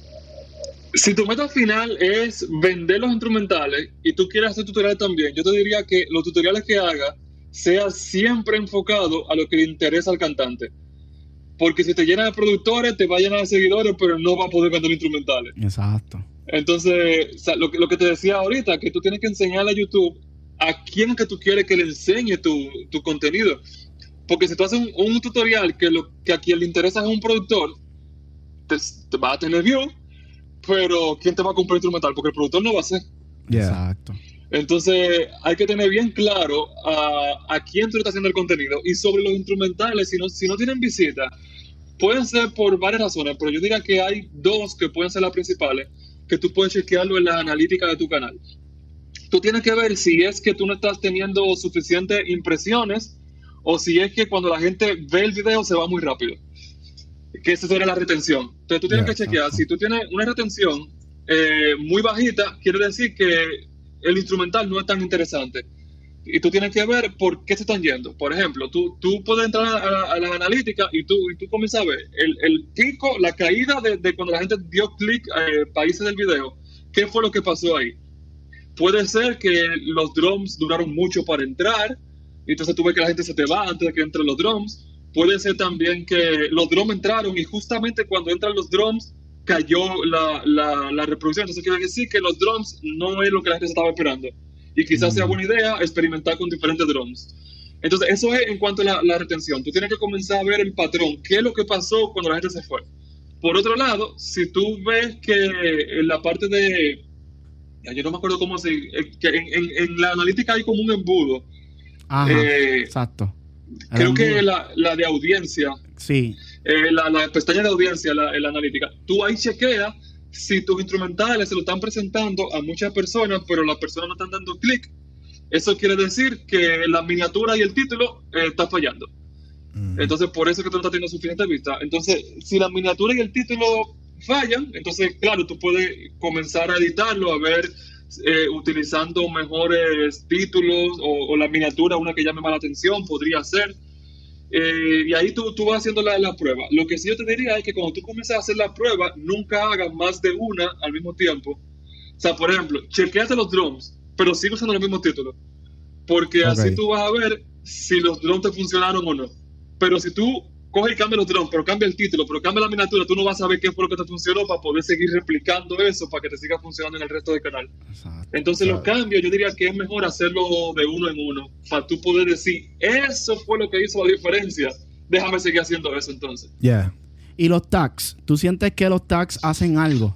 Si tu meta final es vender los instrumentales y tú quieres hacer tutoriales también, yo te diría que los tutoriales que hagas sea siempre enfocado a lo que le interesa al cantante. Porque si te llena de productores, te va a llenar de seguidores, pero no va a poder vender instrumentales. Exacto. Entonces, o sea, lo, lo que te decía ahorita, que tú tienes que enseñarle a YouTube a quién que tú quieres que le enseñe tu, tu contenido. Porque si tú haces un, un tutorial que, lo, que a quien le interesa es un productor, te, te va a tener view, pero ¿quién te va a comprar instrumental? Porque el productor no va a hacer. Yeah. Exacto. Entonces, hay que tener bien claro a, a quién tú estás haciendo el contenido. Y sobre los instrumentales, si no, si no tienen visita, pueden ser por varias razones, pero yo diría que hay dos que pueden ser las principales, que tú puedes chequearlo en la analítica de tu canal. tú tienes que ver si es que tú no estás teniendo suficientes impresiones o si es que cuando la gente ve el video se va muy rápido. Que esa sería la retención. Entonces tú tienes Yeah, que chequear. exacto. Si tú tienes una retención eh, muy bajita, quiere decir que el instrumental no es tan interesante. Y tú tienes que ver por qué se están yendo. Por ejemplo, tú, tú puedes entrar a, a, a las analíticas y tú, y tú comienzas a ver el, el pico, la caída de, de cuando la gente dio clic eh, países del video. ¿Qué fue lo que pasó ahí? Puede ser que los drums duraron mucho para entrar, y entonces tú ves que la gente se te va antes de que entren los drums. Puede ser también que los drums entraron y justamente cuando entran los drums cayó la, la, la reproducción. Entonces quiere decir que los drums no es lo que la gente se estaba esperando. Y quizás sea buena idea experimentar con diferentes drums. Entonces eso es en cuanto a la, la retención. Tú tienes que comenzar a ver el patrón. ¿Qué es lo que pasó cuando la gente se fue? Por otro lado, si tú ves que en la parte de... Ya, yo no me acuerdo cómo se... Que en, en, en la analítica hay como un embudo. Ajá, Eh, exacto. El Creo embudo. que la, la de audiencia, Sí, eh, la, la pestaña de audiencia, la, la analítica, tú ahí chequeas si tus instrumentales se lo están presentando a muchas personas, pero las personas no están dando clic. Eso quiere decir que la miniatura y el título eh, está fallando. Mm. Entonces, por eso es que tú no estás teniendo suficiente vista. Entonces, si la miniatura y el título fallan, entonces, claro, tú puedes comenzar a editarlo, a ver, eh, utilizando mejores títulos o, o la miniatura, una que llame más la atención, podría ser. Eh, y ahí tú, tú vas haciendo la, la prueba. Lo que sí yo te diría es que cuando tú comienzas a hacer la prueba, nunca hagas más de una al mismo tiempo. O sea, por ejemplo, chequeate los drums, pero sigue usando los mismos títulos. Porque Ok. así tú vas a ver si los drums te funcionaron o no. Pero si tú coges y cambias los drums, pero cambia el título, pero cambia la miniatura, tú no vas a saber qué fue lo que te funcionó para poder seguir replicando eso para que te siga funcionando en el resto del canal. exacto. Entonces los Claro. cambios yo diría que es mejor hacerlo de uno en uno para tú poder decir, eso fue lo que hizo la diferencia. Déjame seguir haciendo eso entonces. Yeah. Y los tags, ¿tú sientes que los tags hacen algo?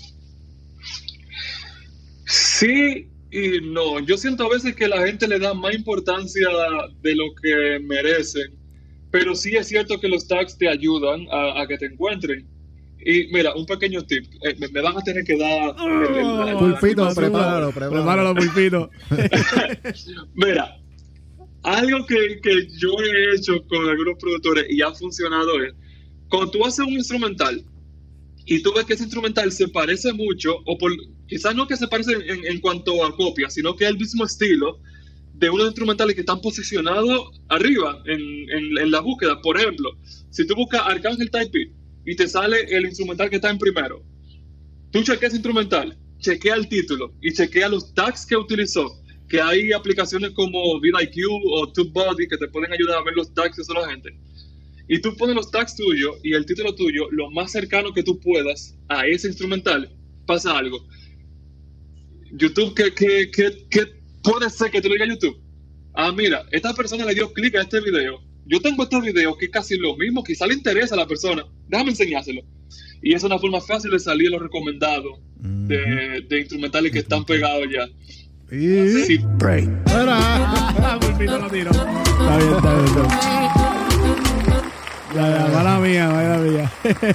Sí y no. Yo siento a veces que la gente le da más importancia de lo que merecen, pero sí es cierto que los tags te ayudan a, a que te encuentren. Y mira, un pequeño tip. Eh, me, me van a tener que dar... el- el- el- Pulpito, el- prepáralo, prepáralo. Pulpito. Mira, algo que, que yo he hecho con algunos productores y ha funcionado es, cuando tú haces un instrumental y tú ves que ese instrumental se parece mucho, o por, quizás no que se parece en, en cuanto a copia, sino que es el mismo estilo de unos instrumentales que están posicionados arriba en, en, en la búsqueda. Por ejemplo, si tú buscas Arcángel Type Beat y te sale el instrumental que está en primero, tú chequeas instrumental, chequea el título y chequea los tags que utilizó, que hay aplicaciones como vidIQ o TubeBuddy que te pueden ayudar a ver los tags que usa la gente. Y tú pones los tags tuyos y el título tuyo lo más cercano que tú puedas a ese instrumental, pasa algo. YouTube, ¿qué, qué, qué, qué puede ser que te lo diga YouTube? Ah, mira, esta persona le dio clic a este video. Yo tengo este video que es casi lo mismo, quizá le interesa a la persona. Déjame enseñárselo. Y es una forma fácil de salir los recomendados de, de instrumentales que están pegados ya. Y... Sí, Mira. Pulpito lo tiró. Está bien, está bien. Está bien. Ya, ya, mala mía, mala mía.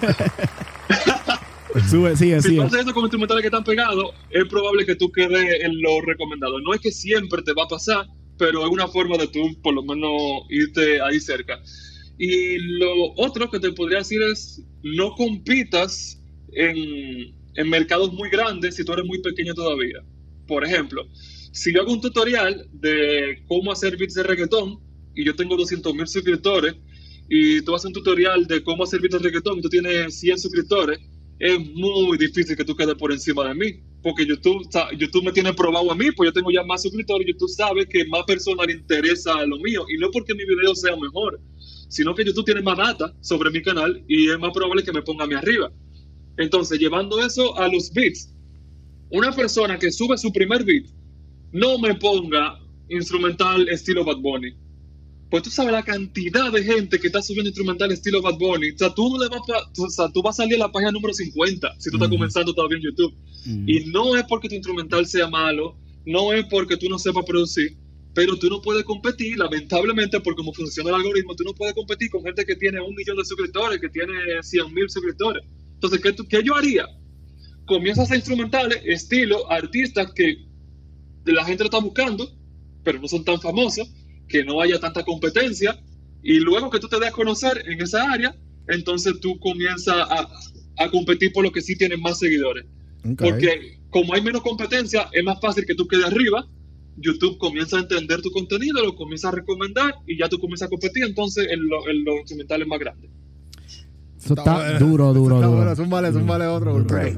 Sube, sigue, si sigue. tú haces eso con instrumentales que están pegados, es probable que tú quedes en lo recomendado. No es que siempre te va a pasar, pero es una forma de tú, por lo menos, irte ahí cerca. Y lo otro que te podría decir es, no compitas en, en mercados muy grandes si tú eres muy pequeño todavía. Por ejemplo, si yo hago un tutorial de cómo hacer beats de reggaetón y yo tengo doscientos mil suscriptores, y tú haces un tutorial de cómo hacer beats de reggaetón y tú tienes cien suscriptores, es muy difícil que tú quedes por encima de mí, porque YouTube, o sea, YouTube me tiene probado a mí, pues yo tengo ya más suscriptores y YouTube sabe que más personas le interesa lo mío, y no porque mi video sea mejor, sino que YouTube tiene más data sobre mi canal y es más probable que me ponga a mí arriba. Entonces, llevando eso a los beats, una persona que sube su primer beat, no me ponga instrumental estilo Bad Bunny. Pues tú sabes la cantidad de gente que está subiendo instrumental estilo Bad Bunny. O sea, tú no le vas a, o sea, tú vas a salir a la página número cincuenta si tú estás Mm. comenzando todavía en YouTube. Mm. Y no es porque tu instrumental sea malo, no es porque tú no sepas producir, pero tú no puedes competir, lamentablemente, por cómo funciona el algoritmo, tú no puedes competir con gente que tiene un millón de suscriptores, que tiene cien mil suscriptores. Entonces, ¿qué, tú- ¿qué yo haría? Comienzo a hacer instrumentales, estilo, artistas que la gente lo está buscando, pero no son tan famosos, que no haya tanta competencia, y luego que tú te des a conocer en esa área, entonces tú comienzas a, a competir por lo que sí tienen más seguidores. Okay. Porque como hay menos competencia, es más fácil que tú quedes arriba. YouTube comienza a entender tu contenido, lo comienza a recomendar y ya tú comienzas a competir, entonces en los lo instrumentales más grandes. Eso está, está duro, duro, está duro. Bueno, zúmbale, zúmbale otro. Great.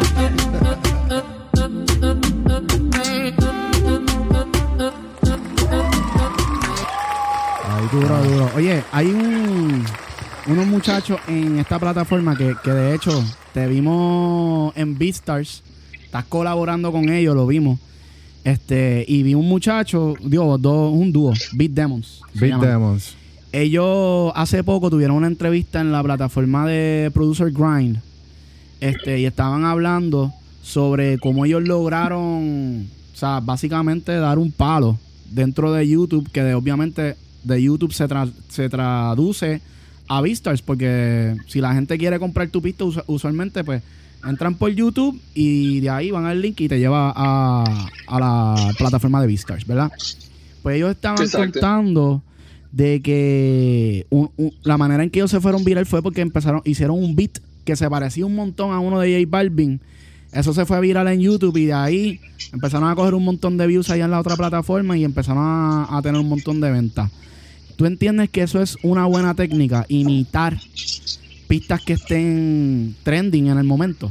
Ay, duro, duro. Oye, hay un unos muchachos en esta plataforma que, que de hecho te vimos en BeatStars. Estás colaborando con ellos, lo vimos. Este, y vi un muchacho, digo, dos, un dúo, Beat Demons. Beat Demons. Ellos hace poco tuvieron una entrevista en la plataforma de Producer Grind. Este, y estaban hablando sobre cómo ellos lograron, o sea, básicamente dar un palo dentro de YouTube, que de, obviamente de YouTube se, tra se traduce a BeatStars, porque si la gente quiere comprar tu pista, us usualmente pues entran por YouTube y de ahí van al link y te lleva a, a la plataforma de BeatStars, ¿verdad? Pues ellos estaban Exacto. contando de que un, un, la manera en que ellos se fueron viral fue porque empezaron, hicieron un beat que se parecía un montón a uno de J Balvin. Eso se fue viral en YouTube y de ahí empezaron a coger un montón de views allá en la otra plataforma y empezaron a, a tener un montón de ventas. ¿Tú entiendes que eso es una buena técnica? Imitar pistas que estén trending en el momento.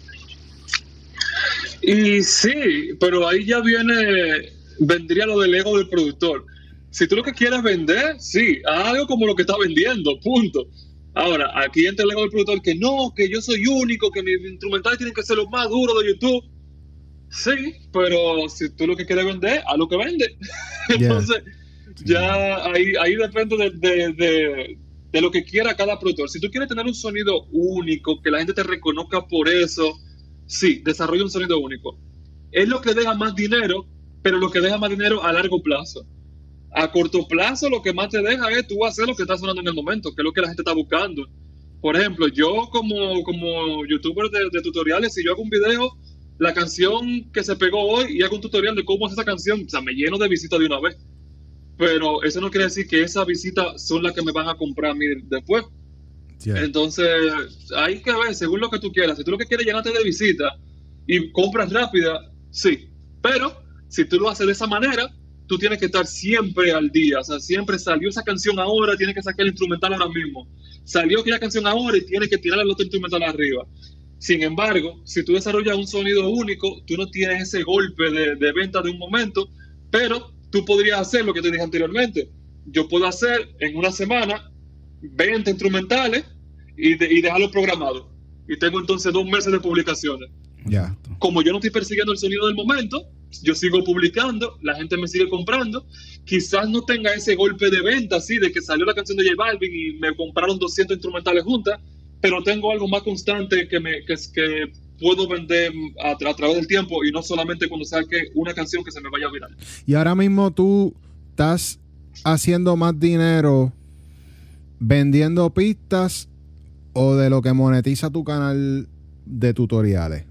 Y sí, pero ahí ya viene, vendría lo del ego del productor. Si tú lo que quieres vender, sí, haz algo como lo que está vendiendo, punto. Ahora, aquí entra el ego del productor que no, que yo soy único, que mis instrumentales tienen que ser los más duros de YouTube. Sí, pero si tú lo que quieres vender, haz lo que vende. Yeah. Entonces, ya ahí, ahí depende de, de, de, de lo que quiera cada productor. Si tú quieres tener un sonido único, que la gente te reconozca por eso, sí, desarrolla un sonido único. Es lo que deja más dinero, pero lo que deja más dinero a largo plazo. A corto plazo lo que más te deja es tú hacer lo que está sonando en el momento, que es lo que la gente está buscando. Por ejemplo, yo como, como youtuber de, de tutoriales, si yo hago un video, la canción que se pegó hoy y hago un tutorial de cómo hacer esa canción, o sea, me lleno de visitas de una vez. Pero eso no quiere decir que esas visitas son las que me van a comprar a mí después. Yeah. Entonces, hay que ver según lo que tú quieras. Si tú lo que quieres llenarte de visitas y compras rápida, sí. Pero si tú lo haces de esa manera, tú tienes que estar siempre al día. O sea, siempre salió esa canción ahora, tienes que sacar el instrumental ahora mismo. Salió aquella canción ahora y tienes que tirar el otro instrumental arriba. Sin embargo, si tú desarrollas un sonido único, tú no tienes ese golpe de, de venta de un momento, pero tú podrías hacer lo que te dije anteriormente. Yo puedo hacer en una semana veinte instrumentales y, de, y dejarlo programado. Y tengo entonces dos meses de publicaciones. Yeah. Como yo no estoy persiguiendo el sonido del momento, yo sigo publicando, la gente me sigue comprando. Quizás no tenga ese golpe de venta así de que salió la canción de J Balvin y me compraron doscientos instrumentales juntas, pero tengo algo más constante que, me, que, que puedo vender a, a través del tiempo y no solamente cuando saque una canción que se me vaya a viral. Y ahora mismo tú estás haciendo más dinero vendiendo pistas o de lo que monetiza tu canal de tutoriales.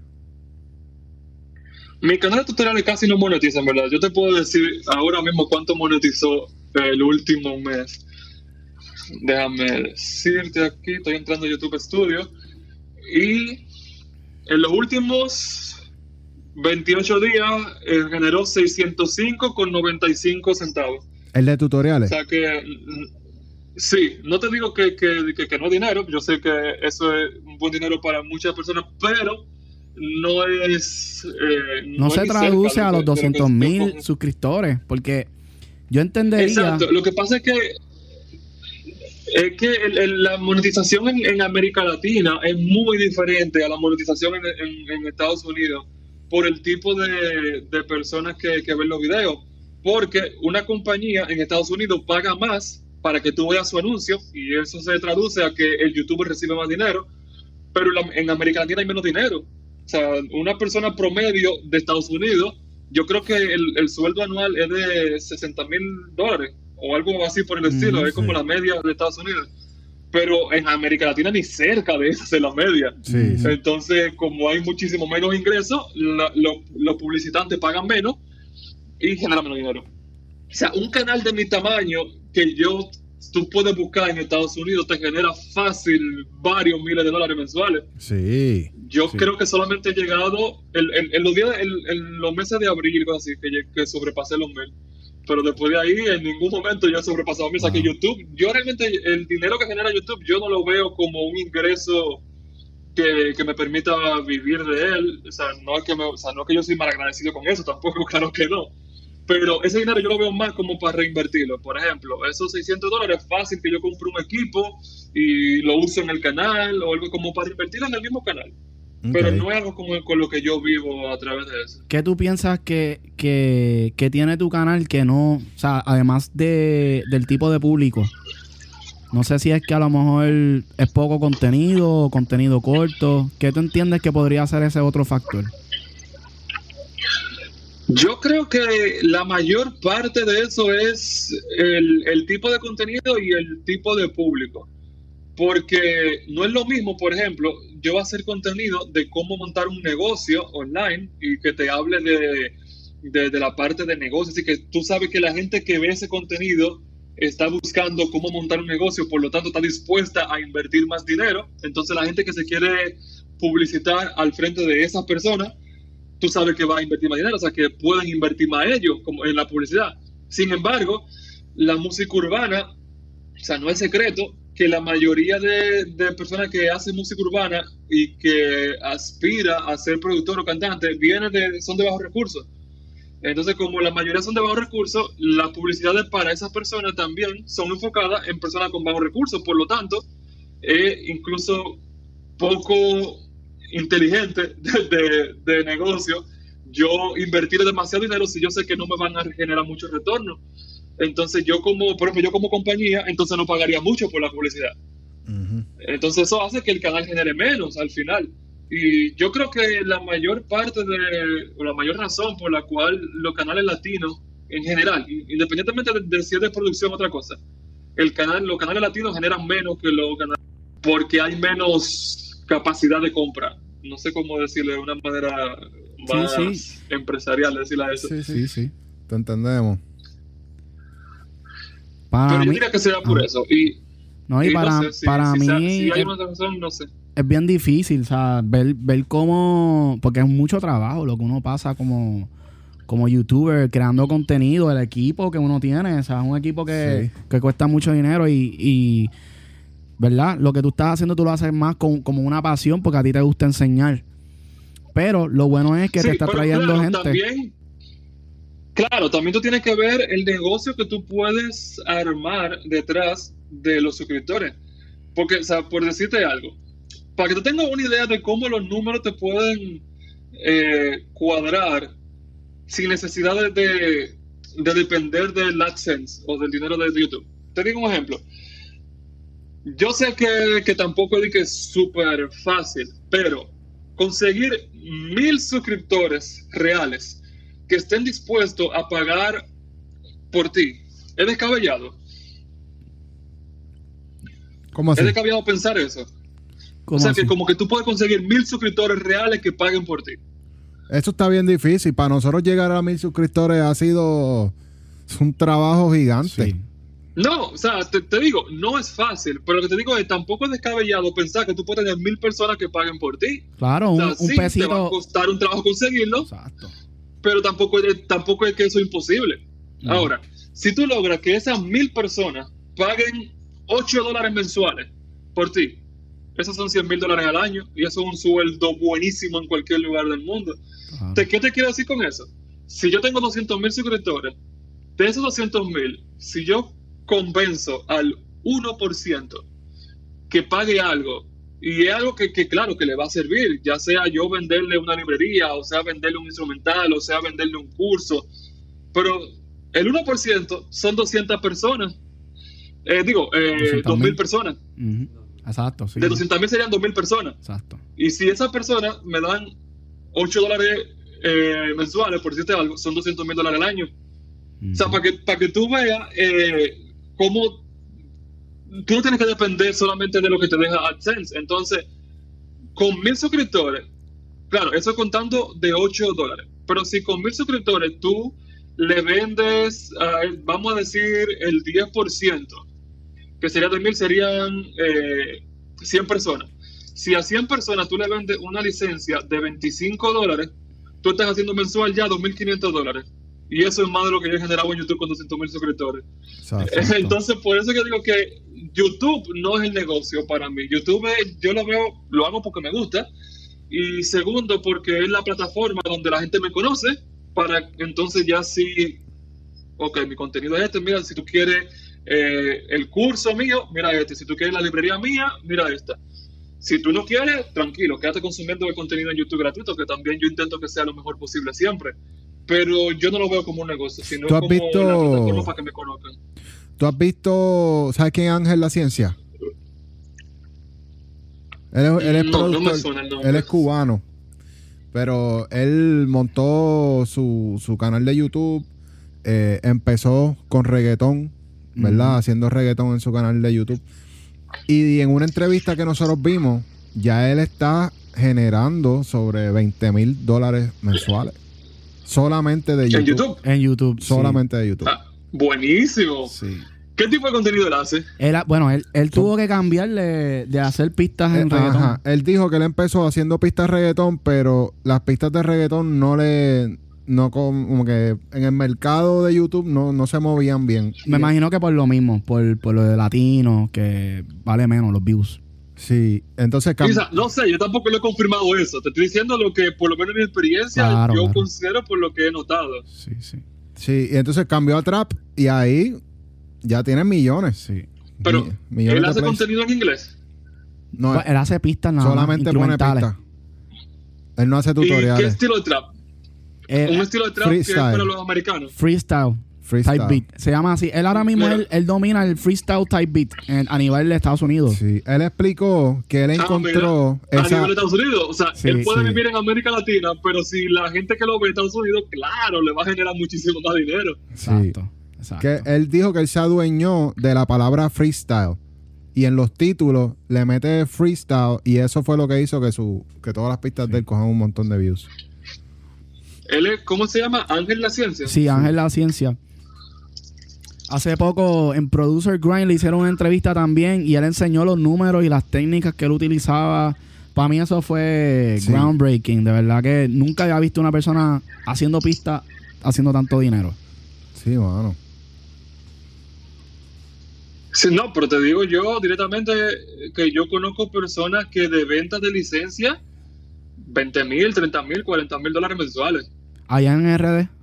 Mi canal de tutoriales casi no monetiza, en verdad. Yo te puedo decir ahora mismo cuánto monetizó el último mes. Déjame decirte aquí, estoy entrando a YouTube Studio y en los últimos veintiocho días eh, generó seiscientos cinco con noventa y cinco centavos. ¿El de tutoriales? O sea que, sí, no te digo que, que, que, que no es dinero, yo sé que eso es un buen dinero para muchas personas, pero no es... Eh, no, no se traduce a los doscientos mil suscriptores, porque yo entendería... Exacto, lo que pasa es que es que el, el, la monetización en, en América Latina es muy diferente a la monetización en, en, en Estados Unidos por el tipo de, de personas que, que ven los videos. Porque una compañía en Estados Unidos paga más para que tú veas su anuncio y eso se traduce a que el youtuber recibe más dinero, pero la, en América Latina hay menos dinero. O sea, una persona promedio de Estados Unidos, yo creo que el, el sueldo anual es de sesenta mil dólares o algo así por el estilo, mm, es sí. como la media de Estados Unidos. Pero en América Latina ni cerca de esa es la media. Sí, sí. Entonces, como hay muchísimo menos ingresos, la, lo, los publicitantes pagan menos y genera menos dinero. O sea, un canal de mi tamaño que yo, tú puedes buscar en Estados Unidos, te genera fácil varios miles de dólares mensuales. Sí. Yo sí. creo que solamente he llegado en, en, en los días, en, en los meses de abril, cosas así, que, que sobrepasé los mil. Pero después de ahí, en ningún momento yo he sobrepasado mil. O sea, que YouTube, yo realmente, el dinero que genera YouTube, yo no lo veo como un ingreso que, que me permita vivir de él. O sea, no es que, me, o sea, no es que yo soy malagradecido con eso, tampoco, claro que no. Pero ese dinero yo lo veo más como para reinvertirlo. Por ejemplo, esos seiscientos dólares, fácil que yo compre un equipo y lo uso en el canal o algo como para invertirlo en el mismo canal. Okay. Pero no es algo como con lo que yo vivo a través de eso. ¿Qué tú piensas que, que, que tiene tu canal que no, o sea, además de, del tipo de público? No sé si es que a lo mejor es poco contenido o contenido corto. ¿Qué tú entiendes que podría ser ese otro factor? Yo creo que la mayor parte de eso es el, el tipo de contenido y el tipo de público. Porque no es lo mismo, por ejemplo, yo hacer contenido de cómo montar un negocio online y que te hable de, de, de la parte de negocio. Así que tú sabes que la gente que ve ese contenido está buscando cómo montar un negocio, por lo tanto está dispuesta a invertir más dinero. Entonces la gente que se quiere publicitar al frente de esas personas, tú sabes que va a invertir más dinero, o sea, que pueden invertir más ellos como en la publicidad. Sin embargo, la música urbana, o sea, no es secreto que la mayoría de, de personas que hacen música urbana y que aspira a ser productor o cantante, vienen de, son de bajos recursos. Entonces, como la mayoría son de bajos recursos, las publicidades para esas personas también son enfocadas en personas con bajos recursos. Por lo tanto, es incluso poco inteligente de, de, de negocio yo invertir demasiado dinero si yo sé que no me van a generar mucho retorno. Entonces yo como, por ejemplo, yo como compañía, entonces no pagaría mucho por la publicidad. Uh-huh. Entonces eso hace que el canal genere menos al final. Y yo creo que la mayor parte de, o la mayor razón por la cual los canales latinos, en general, independientemente de, de si es de producción o otra cosa, el canal, los canales latinos generan menos que los canales, porque hay menos capacidad de compra. No sé cómo decirle de una manera más sí, sí. empresarial, decirle a eso. Sí, sí, sí. Te entendemos. Para Pero mí, yo diría que sea por ah. eso. Y, no, y, y para, no sé, si, para si, mí. Si hay es, una razón, no sé. Es bien difícil, o sea, ver, ver cómo. Porque es mucho trabajo lo que uno pasa como, como youtuber, creando contenido, el equipo que uno tiene. O sea, es un equipo que, sí. que cuesta mucho dinero y, y. ¿Verdad? Lo que tú estás haciendo, tú lo haces más con, como una pasión porque a ti te gusta enseñar. Pero lo bueno es que sí, te está trayendo claro, gente. También, claro, también tú tienes que ver el negocio que tú puedes armar detrás de los suscriptores. Porque, o sea, por decirte algo, para que tú tengas una idea de cómo los números te pueden eh, cuadrar sin necesidad de, de, de depender del AdSense o del dinero de YouTube. Te digo un ejemplo. Yo sé que, que tampoco es que es súper fácil, pero conseguir mil suscriptores reales que estén dispuestos a pagar por ti es descabellado. ¿Cómo así? Es descabellado pensar eso. O sea, así? que como que tú puedes conseguir mil suscriptores reales que paguen por ti. Eso está bien difícil. Para nosotros llegar a mil suscriptores ha sido un trabajo gigante. Sí. No, o sea, te, te digo, no es fácil, pero lo que te digo es tampoco es descabellado pensar que tú puedes tener mil personas que paguen por ti. Claro, un, o sea, un sí, pesito. Te va a costar un trabajo conseguirlo. Exacto. Pero tampoco es, tampoco es que eso es imposible. No. Ahora, si tú logras que esas mil personas paguen ocho dólares mensuales por ti, esos son cien mil dólares al año y eso es un sueldo buenísimo en cualquier lugar del mundo. Ajá. ¿Qué te quiero decir con eso? Si yo tengo doscientos mil suscriptores, de esos doscientos mil, si yo convenzo al uno por ciento que pague algo, y es algo que, que claro que le va a servir, ya sea yo venderle una librería, o sea venderle un instrumental, o sea venderle un curso, pero el uno por ciento son doscientas personas, eh, digo, eh, dos mil personas. Uh-huh. Exacto, sí. De doscientas mil serían dos mil personas. Exacto. Y si esas personas me dan ocho dólares eh, mensuales, por decirte algo, son doscientos mil dólares al año. Uh-huh. O sea, para que, para que tú veas eh, cómo tú no tienes que depender solamente de lo que te deja AdSense. Entonces, con mil suscriptores, claro, eso contando de ocho dólares, pero si con mil suscriptores tú le vendes, uh, vamos a decir, el diez por ciento, que sería de mil, serían eh, cien personas. Si a cien personas tú le vendes una licencia de veinticinco dólares, tú estás haciendo mensual ya dos mil quinientos dólares. Y eso es más de lo que yo he generado en YouTube con doscientos mil suscriptores. Exacto. Entonces, por eso que digo que YouTube no es el negocio para mí. YouTube es, yo lo veo, lo hago porque me gusta. Y segundo, porque es la plataforma donde la gente me conoce, para entonces ya sí, ok, mi contenido es este, mira, si tú quieres eh, el curso mío, mira este. Si tú quieres la librería mía, mira esta. Si tú no quieres, tranquilo, quédate consumiendo el contenido en YouTube gratuito, que también yo intento que sea lo mejor posible siempre. Pero yo no lo veo como un negocio, sino como visto... una plataforma para que me conozcan. ¿Tú has visto, sabes quién es Ángel La Ciencia? Él es, él es no, productor, no me suena el nombre. Él es cubano, pero él montó su, su canal de YouTube, eh, empezó con reggaetón, ¿verdad? Mm. Haciendo reggaetón en su canal de YouTube. Y en una entrevista que nosotros vimos, ya él está generando sobre veinte mil dólares mensuales. Solamente de YouTube. ¿En YouTube? En YouTube. Solamente sí. de YouTube. Ah, buenísimo. Sí. ¿Qué tipo de contenido él hace? Él, bueno, él, él tuvo que cambiarle de hacer pistas en eh, reggaetón. Ajá. Él dijo que él empezó haciendo pistas de reggaetón, pero las pistas de reggaetón no le... No como que en el mercado de YouTube no, no se movían bien. Me y imagino que por lo mismo, por, por lo de latino, que vale menos los views. Sí, entonces... Quizá, no sé, yo tampoco le he confirmado eso. Te estoy diciendo lo que, por lo menos en mi experiencia, claro, yo claro. considero por lo que he notado. Sí, sí. Sí, y entonces cambió a trap y ahí ya tiene millones. Sí. Pero, Mi, millones ¿él hace contenido en inglés? No, pues él hace pistas nada solamente más, pone pistas. Él no hace tutoriales. ¿Y qué estilo de trap? Eh, Un estilo de trap freestyle. Que es para los americanos. Freestyle. Freestyle. Type beat. Se llama así. Él ahora mismo, él, él domina el freestyle type beat en, a nivel de Estados Unidos. Sí. Él explicó que él encontró... Ah, esa... A nivel de Estados Unidos. O sea, sí, él puede sí. vivir en América Latina, pero si la gente que lo ve en Estados Unidos, claro, le va a generar muchísimo más dinero. Exacto. Sí. Exacto. Que él dijo que él se adueñó de la palabra freestyle. Y en los títulos le mete freestyle y eso fue lo que hizo que su que todas las pistas sí. de él cojan un montón de views. Él es, ¿cómo se llama? Ángel La Ciencia. Sí, Ángel La Ciencia. Hace poco en Producer Grind le hicieron una entrevista también y él enseñó los números y las técnicas que él utilizaba. Para mí eso fue sí. groundbreaking. De verdad que nunca había visto una persona haciendo pistas haciendo tanto dinero. Sí, mano. Sí, no, pero te digo yo directamente que yo conozco personas que de ventas de licencia veinte mil, treinta mil, cuarenta mil dólares mensuales. ¿Allá en R D?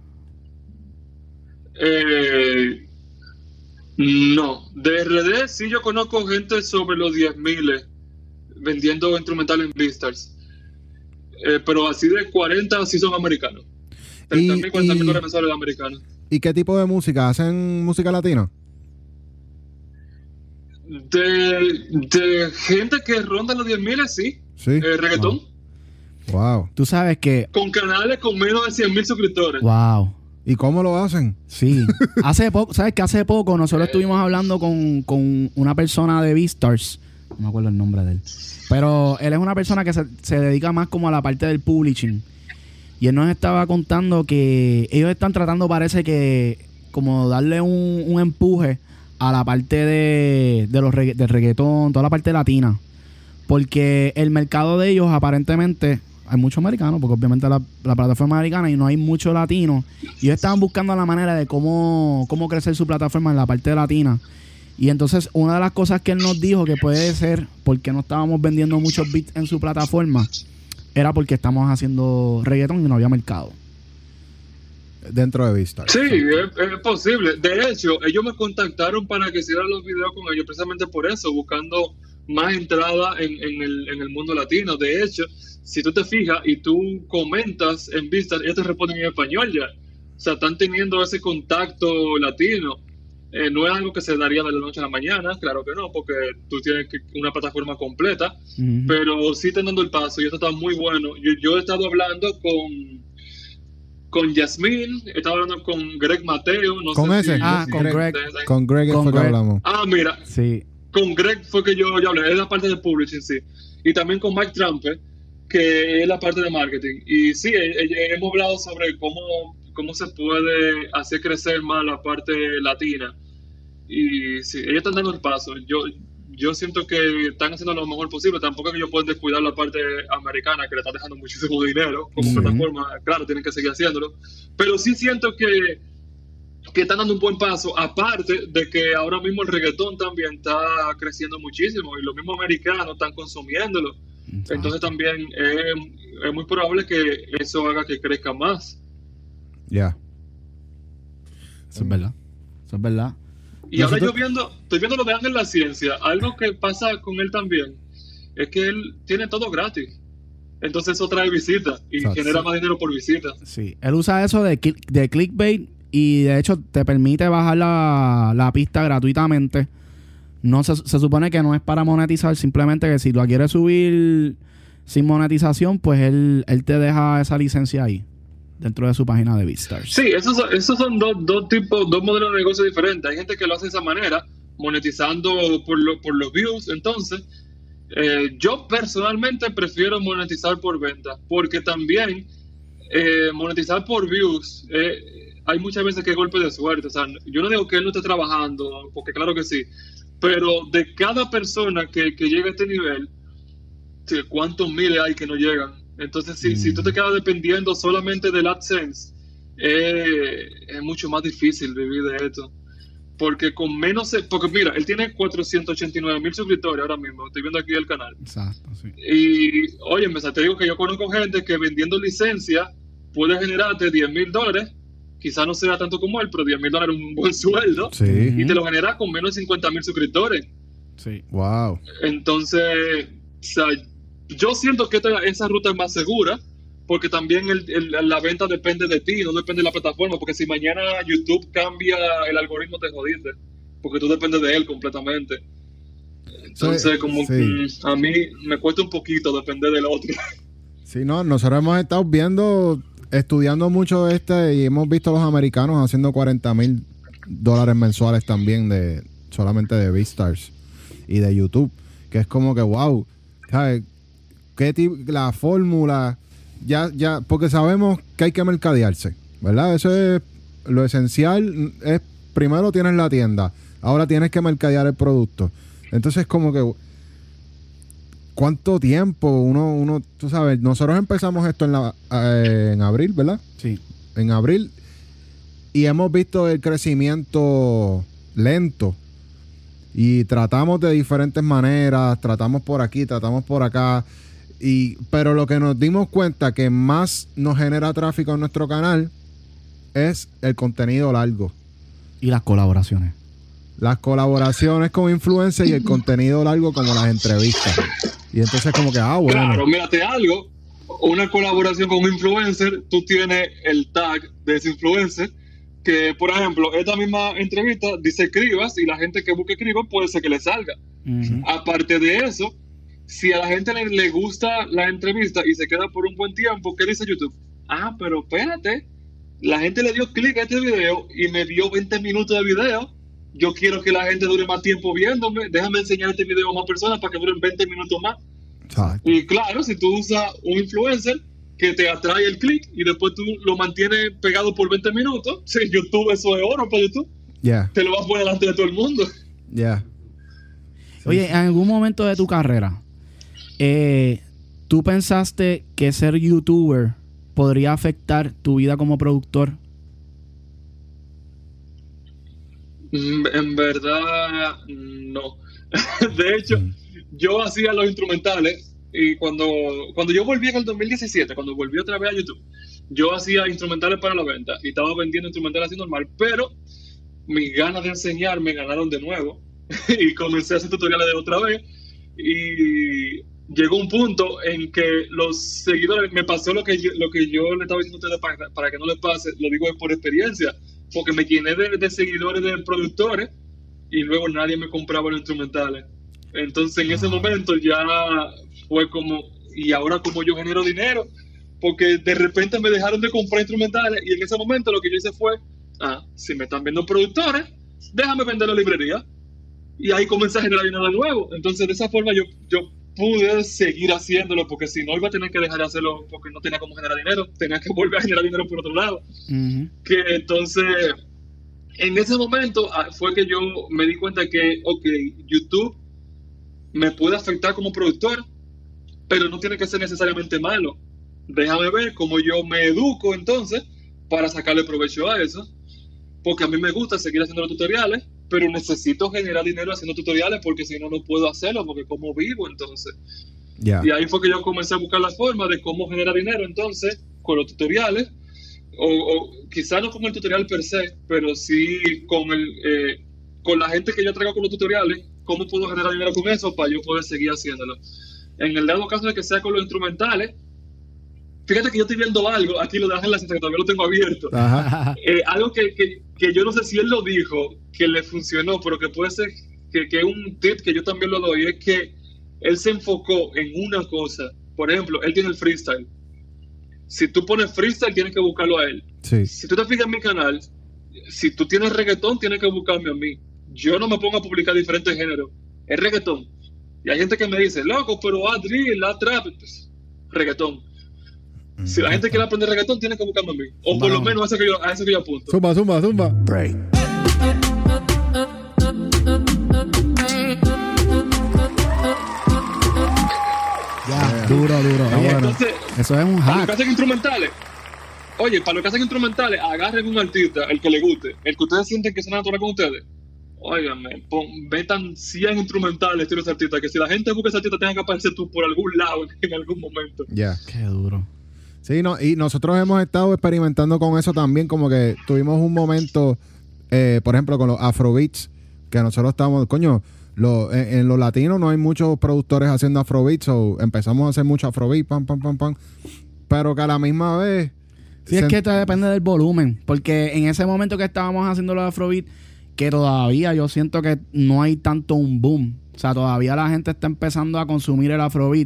Eh, no, de R D sí yo conozco gente sobre los diez mil vendiendo instrumentales en Beastars. Eh, pero así de cuarenta sí son americanos. treinta mil, cuarenta mil dólares mensuales de americanos. ¿Y qué tipo de música? ¿Hacen música latina? De, de gente que ronda los diez mil, sí. Sí. Eh, reggaetón. Wow. Wow. Tú sabes que... Con canales con menos de cien mil suscriptores. Wow. ¿Y cómo lo hacen? Sí. Hace poco, ¿sabes que hace poco nosotros eh. estuvimos hablando con, con una persona de Beastars? No me acuerdo el nombre de él. Pero él es una persona que se, se dedica más como a la parte del publishing. Y él nos estaba contando que ellos están tratando, parece que, como darle un, un empuje a la parte de, de los regga- del reggaetón, toda la parte latina. Porque el mercado de ellos aparentemente... Hay muchos americanos, porque obviamente la, la plataforma es americana y no hay mucho latino. Y ellos estaban buscando la manera de cómo, cómo crecer su plataforma en la parte latina. Y entonces una de las cosas que él nos dijo que puede ser porque no estábamos vendiendo muchos beats en su plataforma era porque estamos haciendo reggaetón y no había mercado. Dentro de Beastars. Sí, es, es posible. De hecho, ellos me contactaron para que hiciera los videos con ellos precisamente por eso, buscando más entrada en, en, el, en el mundo latino. De hecho, si tú te fijas y tú comentas en Beastars, ellos te responden en español ya. O sea, están teniendo ese contacto latino. Eh, no es algo que se daría de la noche a la mañana, claro que no, porque tú tienes que, una plataforma completa, uh-huh. pero sí están dando el paso y esto está muy bueno. Yo, yo he estado hablando con con Yasmín, he estado hablando con Greg Mateo, no ¿Con sé ese? si... Ah, si con Greg. Greg. Con Greg con fue Greg. que hablamos. Ah, mira. Sí. Con Greg fue que yo, yo hablé, es la parte de publishing, sí. Y también con Mike Trampe, que es la parte de marketing. Y sí, eh, eh, hemos hablado sobre cómo, cómo se puede hacer crecer más la parte latina. Y sí, ellos están dando el paso. Yo, yo siento que están haciendo lo mejor posible. Tampoco es que ellos pueden descuidar la parte americana, que le están dejando muchísimo dinero como Sí. plataforma. Claro, tienen que seguir haciéndolo. Pero sí siento que, que están dando un buen paso. Aparte de que ahora mismo el reggaetón también está creciendo muchísimo y los mismos americanos están consumiéndolo. Exacto. Entonces también es, es muy probable que eso haga que crezca más. Ya. Eso es verdad. Eso es verdad. Y ahora Nosotros- yo viendo, estoy viendo lo de Ángel la ciencia. Algo que pasa con él también es que él tiene todo gratis. Entonces eso trae visitas y Exacto. genera más dinero por visita. Sí. Él usa eso de, cli- de clickbait y de hecho te permite bajar la, la pista gratuitamente. No se, se supone que no es para monetizar, simplemente que si lo quieres subir sin monetización, pues él, él te deja esa licencia ahí, dentro de su página de BeatStars. Sí, esos son, esos son dos, dos tipos, dos modelos de negocio diferentes. Hay gente que lo hace de esa manera, monetizando por, lo, por los views. Entonces, eh, yo personalmente prefiero monetizar por venta, porque también eh, monetizar por views, eh, hay muchas veces que es golpe de suerte. O sea, yo no digo que él no esté trabajando, porque claro que sí, pero de cada persona que, que llega a este nivel, sí, ¿cuántos miles hay que no llegan? Entonces, si, Mm. si tú te quedas dependiendo solamente del AdSense, eh, es mucho más difícil vivir de esto. Porque con menos... Porque mira, él tiene cuatrocientos ochenta y nueve mil suscriptores ahora mismo. Estoy viendo aquí el canal. Exacto, sí. Y, oye, me te digo que yo conozco gente que vendiendo licencia puede generarte diez mil dólares. Quizás no sea tanto como él, pero diez mil dólares es un buen sueldo. Sí. Y te lo genera con menos de cincuenta mil suscriptores. Sí. Wow. Entonces, o sea, yo siento que esta, esa ruta es más segura, porque también el, el- la venta depende de ti, no depende de la plataforma, porque si mañana YouTube cambia el algoritmo, te jodiste, porque tú dependes de él completamente. Entonces, Sí, como sí. que a mí me cuesta un poquito depender del otro. Sí, no, nosotros hemos estado viendo, estudiando mucho este y hemos visto a los americanos haciendo cuarenta mil dólares mensuales también de solamente de BeatStars y de YouTube, que es como que wow, ¿sabes? ¿Qué tip- la fórmula ya ya porque sabemos que hay que mercadearse, ¿verdad? Eso es lo esencial, es primero tienes la tienda, ahora tienes que mercadear el producto. Entonces como que ¿cuánto tiempo uno, uno, tú sabes, nosotros empezamos esto en, la, eh, en abril, ¿verdad? Sí. En abril y hemos visto el crecimiento lento y tratamos de diferentes maneras, tratamos por aquí, tratamos por acá, y, pero lo que nos dimos cuenta que más nos genera tráfico en nuestro canal es el contenido largo. Y las colaboraciones. Las colaboraciones con influencers y el contenido largo como las entrevistas. Y entonces como que, ah, bueno. Claro, mírate algo, una colaboración con un influencer, tú tienes el tag de ese influencer, que por ejemplo, esta misma entrevista dice Cribas y la gente que busque Cribas puede ser que le salga. Ujú. Aparte de eso, si a la gente le, le gusta la entrevista y se queda por un buen tiempo, ¿qué dice YouTube? Ah, pero espérate, la gente le dio clic a este video y me dio veinte minutos de video. Yo quiero que la gente dure más tiempo viéndome. Déjame enseñar este video a más personas para que duren veinte minutos más. Exacto. Y claro, si tú usas un influencer que te atrae el clic y después tú lo mantienes pegado por veinte minutos, sí, YouTube, eso es oro para YouTube. Ya, Te lo vas a poner delante de todo el mundo. ya. Oye, en algún momento de tu carrera, eh, ¿tú pensaste que ser youtuber podría afectar tu vida como productor? Mm, En verdad, no. De hecho, yo hacía los instrumentales y cuando, cuando yo volví en el dos mil diecisiete, cuando volví otra vez a YouTube, yo hacía instrumentales para la venta y estaba vendiendo instrumentales así normal, pero mis ganas de enseñar me ganaron de nuevo y comencé a hacer tutoriales de otra vez y llegó un punto en que los seguidores, me pasó lo que yo, lo que yo le estaba diciendo a ustedes para, para que no les pase, lo digo por experiencia, porque me llené de, de seguidores de productores y luego nadie me compraba los instrumentales. Entonces en ese momento ya fue como, y ahora como yo genero dinero, porque de repente me dejaron de comprar instrumentales y en ese momento lo que yo hice fue, ah, si me están viendo productores, déjame vender la librería. Y ahí comencé a generar dinero de nuevo. Entonces de esa forma yo, yo pude seguir haciéndolo porque si no iba a tener que dejar de hacerlo porque no tenía cómo generar dinero, tenía que volver a generar dinero por otro lado. Uh-huh. Que entonces, en ese momento fue que yo me di cuenta que, ok, YouTube me puede afectar como productor, pero no tiene que ser necesariamente malo. Déjame ver cómo yo me educo entonces para sacarle provecho a eso, porque a mí me gusta seguir haciendo los tutoriales, pero necesito generar dinero haciendo tutoriales porque si no, no puedo hacerlo, porque como vivo entonces. Yeah. Y ahí fue que yo comencé a buscar la forma de cómo generar dinero entonces con los tutoriales, o, o quizás no con el tutorial per se, pero sí con, el, eh, con la gente que yo traigo con los tutoriales, cómo puedo generar dinero con eso para yo poder seguir haciéndolo. En el dado caso de que sea con los instrumentales, fíjate que yo estoy viendo algo, aquí lo dejan en la cinta que todavía lo tengo abierto. Eh, algo que, que, que yo no sé si él lo dijo, que le funcionó, pero que puede ser que, que un tip que yo también lo doy, es que él se enfocó en una cosa. Por ejemplo, él tiene el freestyle. Si tú pones freestyle, tienes que buscarlo a él. Sí. Si tú te fijas en mi canal, si tú tienes reggaetón, tienes que buscarme a mí. Yo no me pongo a publicar diferentes géneros. Es reggaetón. Y hay gente que me dice, loco, pero a drill, la trap, pues, reggaetón. Si la gente quiere aprender reggaetón, tiene que buscarme a mí. O por lo menos a eso que yo, a eso que yo apunto. Zumba, zumba, zumba. Break. Ya, duro, duro. Oye, bueno. Entonces, eso es un hack. Para los que hacen instrumentales, oye, para los que hacen instrumentales, agarren un artista, el que le guste, el que ustedes sienten que suena natural con ustedes. Óigame, metan cien instrumentales de los artistas, que si la gente busca ese artista, tengan que aparecer tú por algún lado en algún momento. Ya. Yeah. Qué duro. Sí, no, y nosotros hemos estado experimentando con eso también, como que tuvimos un momento, eh, por ejemplo, con los Afrobeats, que nosotros estábamos, coño, lo, en, en los latinos no hay muchos productores haciendo Afrobeats, o so empezamos a hacer mucho Afrobeat, pam, pam, pam, pam, pero que a la misma vez... Sí, es que te depende del volumen, porque en ese momento que estábamos haciendo los Afrobeat, que todavía yo siento que no hay tanto un boom, o sea, todavía la gente está empezando a consumir el Afrobeat.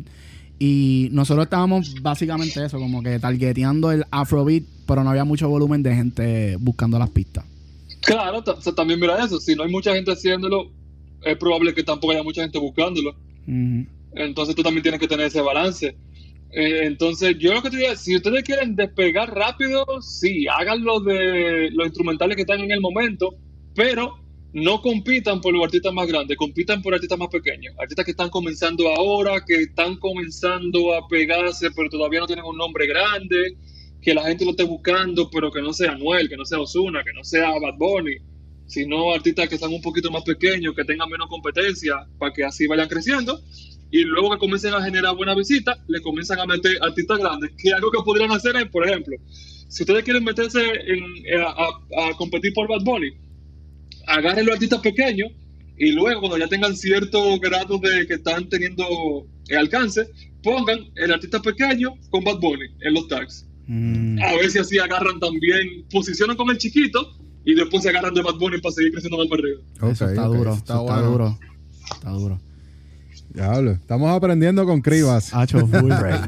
Y nosotros estábamos básicamente eso, como que targeteando el Afrobeat, pero no había mucho volumen de gente buscando las pistas. Claro, t- también mira eso. Si no hay mucha gente haciéndolo, es probable que tampoco haya mucha gente buscándolo. Uh-huh. Entonces tú también tienes que tener ese balance. Eh, entonces yo lo que te diría, si ustedes quieren despegar rápido, sí, háganlo de los instrumentales que están en el momento, pero... no compitan por los artistas más grandes, compitan por artistas más pequeños, artistas que están comenzando ahora, que están comenzando a pegarse, pero todavía no tienen un nombre grande, que la gente lo esté buscando, pero que no sea Anuel, que no sea Ozuna, que no sea Bad Bunny, sino artistas que están un poquito más pequeños, que tengan menos competencia, para que así vayan creciendo, y luego que comiencen a generar buena visita, le comienzan a meter artistas grandes, que algo que podrían hacer es, por ejemplo, si ustedes quieren meterse en, a, a, a competir por Bad Bunny, agarren los artistas pequeños y luego cuando ya tengan cierto grado de que están teniendo el alcance, pongan el artista pequeño con Bad Bunny en los tags. Mm. A ver si así agarran también, posicionan con el chiquito y después se agarran de Bad Bunny para seguir creciendo más para arriba. Okay, eso está okay, duro, eso está, eso está bueno. duro. Está duro. Diablo, estamos aprendiendo con Cribas. Hacho, full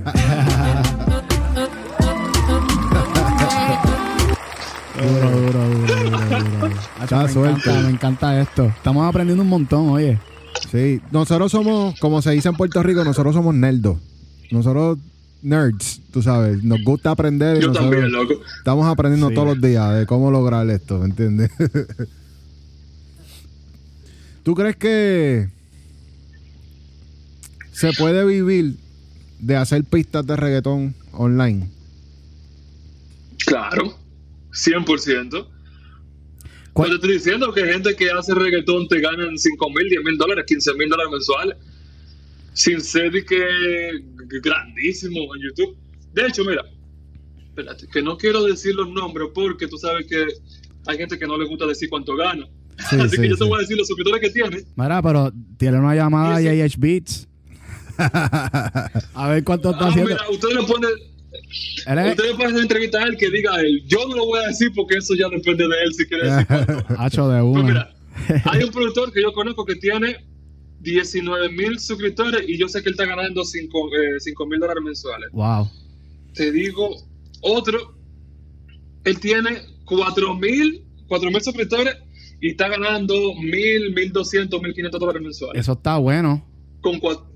Duro, duro, duro, duro, duro. Acho, me, encanta, me encanta esto. Estamos aprendiendo un montón, oye. Sí, nosotros somos, como se dice en Puerto Rico, nosotros somos nerdos. Nosotros nerds, tú sabes. Nos gusta aprender. Yo también, loco. Estamos aprendiendo sí. todos los días de cómo lograr esto, ¿me entiendes? ¿Tú crees que se puede vivir de hacer pistas de reggaetón online? Claro. cien por ciento. Cuando estoy diciendo que gente que hace reggaetón te ganan cinco mil, diez mil dólares, quince mil dólares mensuales, sin ser de que grandísimo en YouTube. De hecho, mira, espérate, que no quiero decir los nombres porque tú sabes que hay gente que no le gusta decir cuánto gana. Sí, Así sí, que yo sí. te voy a decir los suscriptores que tiene. Mira, pero tiene una llamada y A H Beats. A ver cuánto está ah, haciendo. Mira, ustedes le ponen... ¿Eres? Ustedes pueden hacer entrevista a él que diga a él. Yo no lo voy a decir porque eso ya depende de él si quiere decir cuánto. Hacho de uno. Pues mira, hay un productor que yo conozco que tiene diecinueve mil suscriptores y yo sé que él está ganando cinco mil dólares mensuales. Wow. Te digo, otro, él tiene cuatro mil suscriptores y está ganando mil, mil doscientos, mil quinientos dólares mensuales. Eso está bueno. Con cuatro,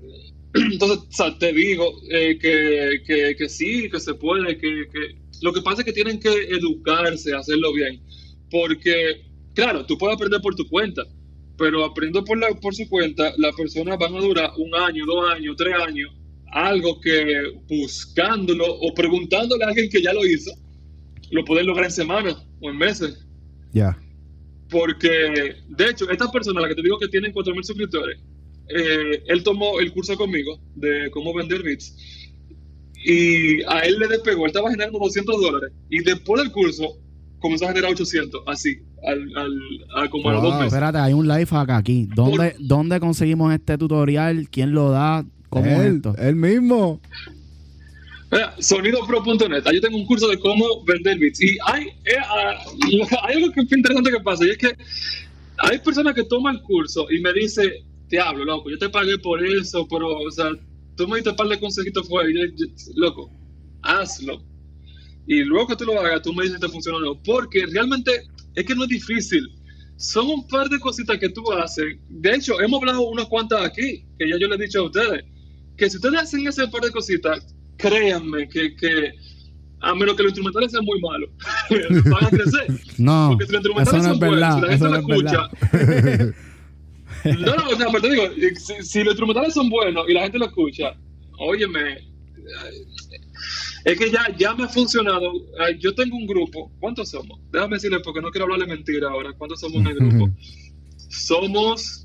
Entonces, o sea, te digo eh, que, que, que sí, que se puede, que, que lo que pasa es que tienen que educarse, hacerlo bien, porque, claro, tú puedes aprender por tu cuenta, pero aprendiendo por, la, por su cuenta, las personas van a durar un año, dos años, tres años, algo que buscándolo o preguntándole a alguien que ya lo hizo, lo pueden lograr en semanas o en meses. Ya. Yeah. Porque, de hecho, esta persona, la que te digo que tienen cuatro mil suscriptores, eh, él tomó el curso conmigo de cómo vender beats y a él le despegó, él estaba generando doscientos dólares y después del curso comenzó a generar ochocientos, así, al, al, a como wow. a los dos meses. Espérate, hay un live hack aquí. ¿Dónde, Por... ¿Dónde conseguimos este tutorial? ¿Quién lo da? ¿Cómo él, es esto? Él mismo. Sonidopro punto net. Yo tengo un curso de cómo vender beats. Y hay, eh, hay algo que es interesante que pasa, y es que hay personas que toman el curso y me dicen, diablo, loco, yo te pagué por eso, pero, o sea, tú me diste un par de consejitos fuera, y yo, yo, loco, hazlo. Y luego que tú lo hagas, tú me dices si te funciona o no. Porque realmente es que no es difícil. Son un par de cositas que tú haces. De hecho, hemos hablado unas cuantas aquí, que ya yo les he dicho a ustedes, que si ustedes hacen ese par de cositas, créanme que, que a menos que los instrumentales sean muy malos, van a crecer. No, porque si los instrumentales eso no son es verdad, buenos, si la gente eso lo no escucha. no, no, o sea, pero te digo, si, si los instrumentales son buenos y la gente lo escucha, óyeme, es que ya, ya me ha funcionado. Yo tengo un grupo. ¿Cuántos somos? Déjame decirles porque no quiero hablarle mentira ahora. ¿Cuántos somos en el grupo? Somos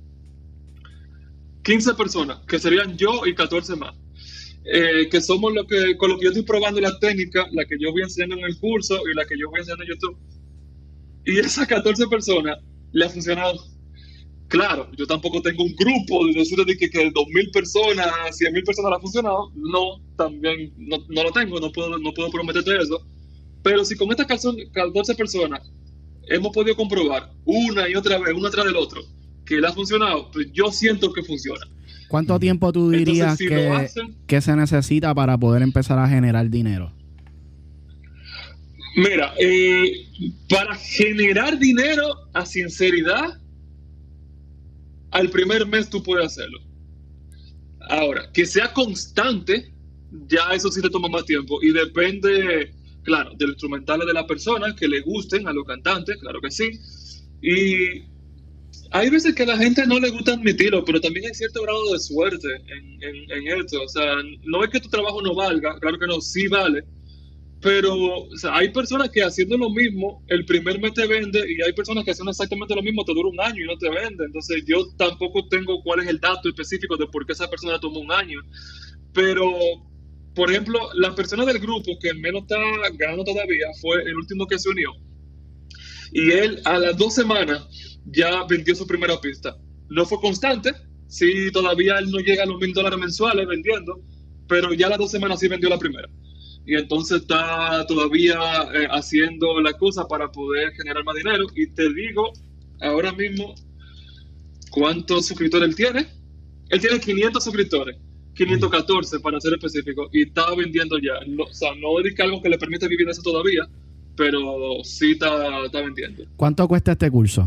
quince personas, que serían yo y catorce más. Eh, que somos lo que, con lo que yo estoy probando la técnica, la que yo voy enseñando en el curso y la que yo voy enseñando en YouTube. Y esas catorce personas le ha funcionado. Claro, yo tampoco tengo un grupo de decirle que, que dos mil personas, cien mil personas le ha funcionado. No, también no, no lo tengo, no puedo, no puedo prometerte eso. Pero si con estas catorce personas hemos podido comprobar una y otra vez, una tras del otro, que le ha funcionado, pues yo siento que funciona. ¿Cuánto tiempo tú dirías Entonces, si que, hacen, que se necesita para poder empezar a generar dinero? Mira, eh, para generar dinero, a sinceridad, al primer mes tú puedes hacerlo. Ahora, que sea constante, ya eso sí te toma más tiempo. Y depende, claro, de los instrumentales de la persona, que le gusten a los cantantes, claro que sí. Y hay veces que a la gente no le gusta admitirlo, pero también hay cierto grado de suerte en, en, en esto. O sea, no es que tu trabajo no valga, claro que no, sí vale. Pero o sea, hay personas que haciendo lo mismo, el primer mes te vende, y hay personas que haciendo exactamente lo mismo, te dura un año y no te vende. Entonces yo tampoco tengo cuál es el dato específico de por qué esa persona tomó un año. Pero, por ejemplo, la persona del grupo que menos está ganando todavía fue el último que se unió. Y él a las dos semanas ya vendió su primera pista. No fue constante, sí, todavía él no llega a los mil dólares mensuales vendiendo, pero ya a las dos semanas sí vendió la primera. Y entonces está todavía eh, haciendo la cosa para poder generar más dinero. Y te digo ahora mismo cuántos suscriptores él tiene. Él tiene quinientos suscriptores, quinientos catorce para ser específico, y está vendiendo ya. No, o sea, no es algo que le permite vivir de eso todavía, pero sí está, está vendiendo. ¿Cuánto cuesta este curso?